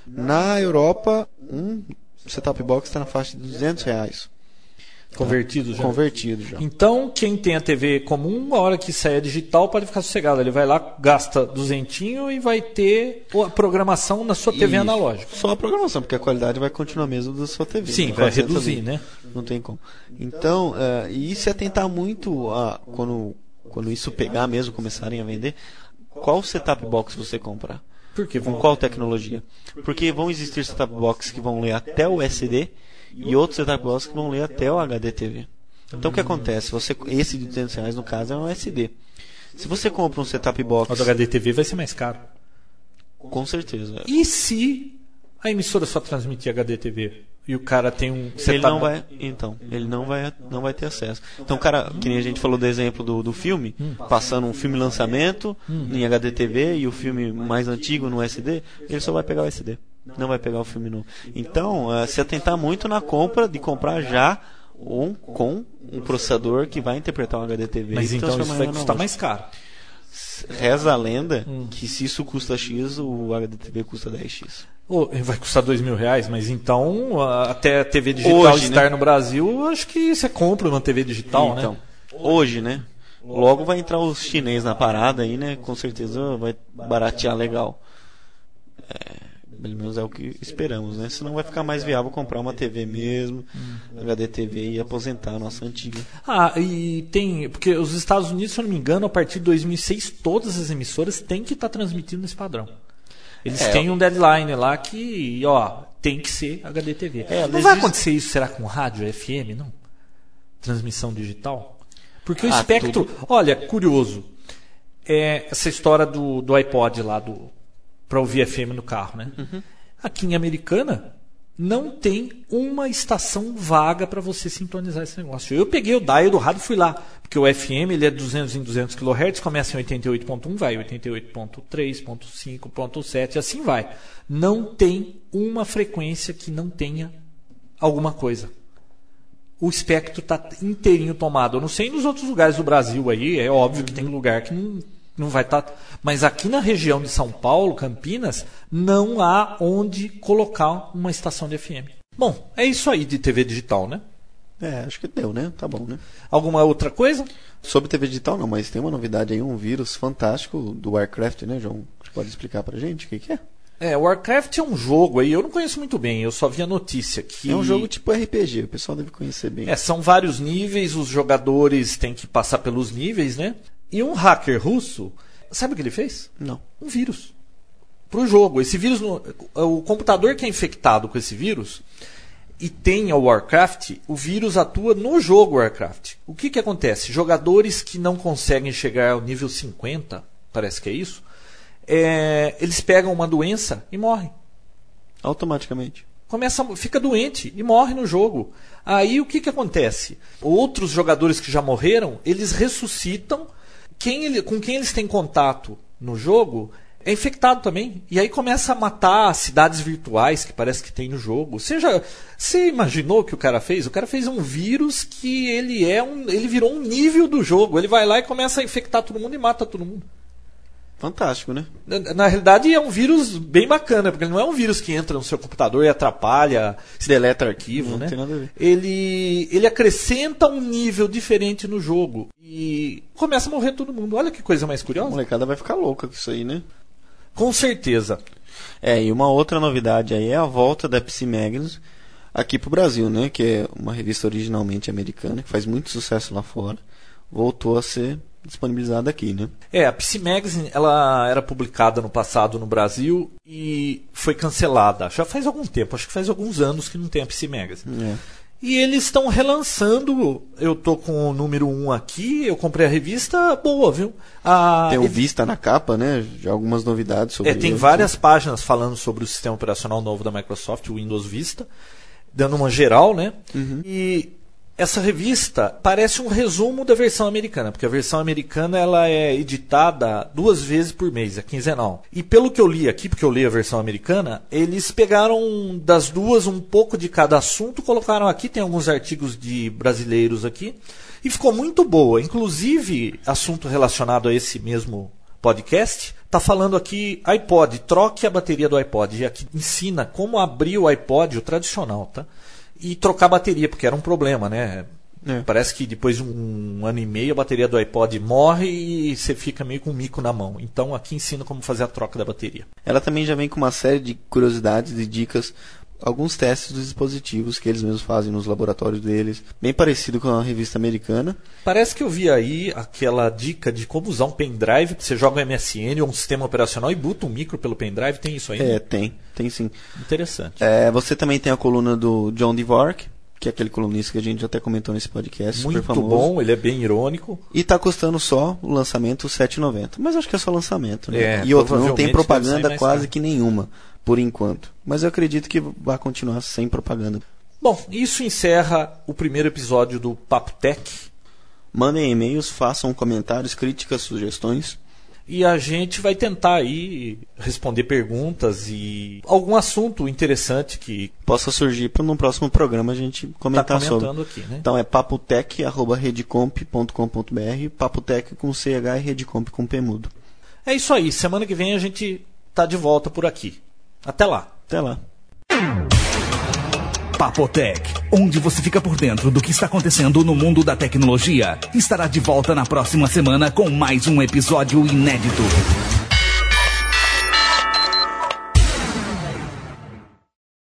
Na Europa, um set-top box está na faixa de duzentos reais. Convertido já? Convertido já. Então, quem tem a T V comum, a hora que sair a digital, pode ficar sossegado. Ele vai lá, gasta duzentinho e vai ter a programação na sua T V Isso. analógica. Só a programação, porque a qualidade vai continuar mesmo da sua T V. Sim, vai reduzir, né? Não tem como. Então, uh, e isso é atentar muito a, quando, quando isso pegar mesmo, começarem a vender, qual set-top box você comprar? Por quê? Com qual tecnologia? Porque vão existir set-top box que vão ler até o S D e outros set-top box que vão ler até o H D T V. Então, o que acontece? Você, esse de duzentos reais, no caso, é um S D. Se você compra um set-top box... O do H D T V vai ser mais caro. Com certeza. E se a emissora só transmitir H D T V e o cara tem um Ele set-top não vai, então, ele não vai, não vai ter acesso. Então, o cara, que nem a gente falou do exemplo do, do filme, hum. passando um filme lançamento hum. em H D T V e o filme mais antigo no S D, ele só vai pegar o S D. Não vai pegar o filme novo. Então, uh, se atentar muito na compra, de comprar já um com um processador que vai interpretar um H D T V. Mas então isso vai custar mais caro. Reza a lenda hum. que se isso custa X, o H D T V custa dez x. Oh, vai custar dois mil reais, mas então até a T V digital hoje, estar né? no Brasil, acho que você compra uma T V digital, então, né? Hoje, né? Logo vai entrar os chineses na parada aí, né? Com certeza vai baratear legal. É, pelo menos é o que esperamos, né? Senão vai ficar mais viável comprar uma T V mesmo, hum. H D T V e aposentar a nossa antiga. Ah, e tem... Porque os Estados Unidos, se eu não me engano, a partir de dois mil e seis, todas as emissoras têm que estar transmitindo nesse padrão. Eles é, têm um deadline lá que, ó, tem que ser H D T V. É, não vai acontecer isso, será, com rádio, F M, não? Transmissão digital? Porque o ah, espectro... Tudo. Olha, curioso. É essa história do, do iPod lá, do... para ouvir F M no carro, né? Uhum. Aqui em Americana não tem uma estação vaga para você sintonizar esse negócio. Eu peguei o dial do rádio e fui lá, porque o F M ele é duzentos em duzentos quilohertz, começa em oitenta e oito ponto um, vai oitenta e oito ponto três, ponto cinco, ponto sete, assim vai. Não tem uma frequência que não tenha alguma coisa. O espectro está inteirinho tomado. Eu não sei nos outros lugares do Brasil aí, é óbvio que tem lugar que não Não vai estar. Tá... Mas aqui na região de São Paulo, Campinas, não há onde colocar uma estação de F M. Bom, é isso aí de T V digital, né? É, acho que deu, né? Tá bom, né? Alguma outra coisa? Sobre T V digital não, mas tem uma novidade aí, um vírus fantástico do Warcraft, né, João? Você pode explicar pra gente o que, que é? É, Warcraft é um jogo aí, eu não conheço muito bem, eu só vi a notícia que... É um jogo tipo R P G, o pessoal deve conhecer bem. É, são vários níveis, os jogadores têm que passar pelos níveis, né? E um hacker russo, sabe o que ele fez? Não. Um vírus. Pro jogo. Esse vírus, o computador que é infectado com esse vírus e tem o Warcraft, o vírus atua no jogo Warcraft. O que que acontece? Jogadores que não conseguem chegar ao nível cinquenta, parece que é isso, é, eles pegam uma doença e morrem. Automaticamente. Começa, fica doente e morre no jogo. Aí o que que acontece? Outros jogadores que já morreram, eles ressuscitam. Quem ele, com quem eles têm contato no jogo é infectado também. E aí começa a matar cidades virtuais que parece que tem no jogo. Você, já, você imaginou o que o cara fez? O cara fez um vírus que ele é um, ele virou um nível do jogo. Ele vai lá e começa a infectar todo mundo e mata todo mundo. Fantástico, né? Na, na realidade é um vírus bem bacana, porque ele não é um vírus que entra no seu computador e atrapalha, se deleta arquivo, não né? Tem nada a ver. Ele, ele acrescenta um nível diferente no jogo e começa a morrer todo mundo. Olha que coisa mais curiosa. A molecada vai ficar louca com isso aí, né? Com certeza. É, e uma outra novidade aí é a volta da P C Magazine aqui pro Brasil, né? Que é uma revista originalmente americana, que faz muito sucesso lá fora. Voltou a ser disponibilizada aqui, né? É, a P C Magazine, ela era publicada no passado no Brasil e foi cancelada. Já faz algum tempo, acho que faz alguns anos que não tem a P C Magazine. É. E eles estão relançando. Eu tô com o número um aqui, eu comprei a revista, boa, viu? A... Tem o Vista na capa, né? Já algumas novidades sobre É, tem ele, várias né? páginas falando sobre o sistema operacional novo da Microsoft, o Windows Vista, dando uma geral, né? Uhum. E essa revista parece um resumo da versão americana, porque a versão americana ela é editada duas vezes por mês, é quinzenal. E pelo que eu li aqui, porque eu li a versão americana, eles pegaram das duas um pouco de cada assunto, colocaram aqui, tem alguns artigos de brasileiros aqui, e ficou muito boa. Inclusive, assunto relacionado a esse mesmo podcast, está falando aqui iPod, troque a bateria do iPod. E aqui ensina como abrir o iPod, o tradicional, tá? E trocar a bateria, porque era um problema, né? É. Parece que depois de um, um ano e meio a bateria do iPod morre e você fica meio com um mico na mão. Então aqui ensina como fazer a troca da bateria. Ela também já vem com uma série de curiosidades e dicas, alguns testes dos dispositivos que eles mesmos fazem nos laboratórios deles, bem parecido com a revista americana. Parece que eu vi aí aquela dica de como usar um pendrive, que você joga um M S N ou um sistema operacional e boota um micro pelo pendrive, tem isso aí? É, tem, tem sim. Interessante. É, você também tem a coluna do John Dvorak, que é aquele colunista que a gente até comentou nesse podcast, muito super famoso. Bom, ele é bem irônico. E está custando só o lançamento sete reais e noventa centavos. Mas acho que é só lançamento, né? É, e outro, não tem propaganda mais quase caro. que nenhuma, por enquanto. Mas eu acredito que vai continuar sem propaganda. Bom, isso encerra o primeiro episódio do Papo Tech. Mandem e-mails, façam comentários, críticas, sugestões. E a gente vai tentar aí responder perguntas e algum assunto interessante que possa surgir para no próximo programa a gente comentar tá sobre. Aqui, né? Então é papotec arroba redcomp ponto com ponto b r, papotec com C H e redcomp com P mudo. É isso aí, semana que vem a gente tá de volta por aqui. Até lá. Até lá. Papotec, onde você fica por dentro do que está acontecendo no mundo da tecnologia, estará de volta na próxima semana com mais um episódio inédito.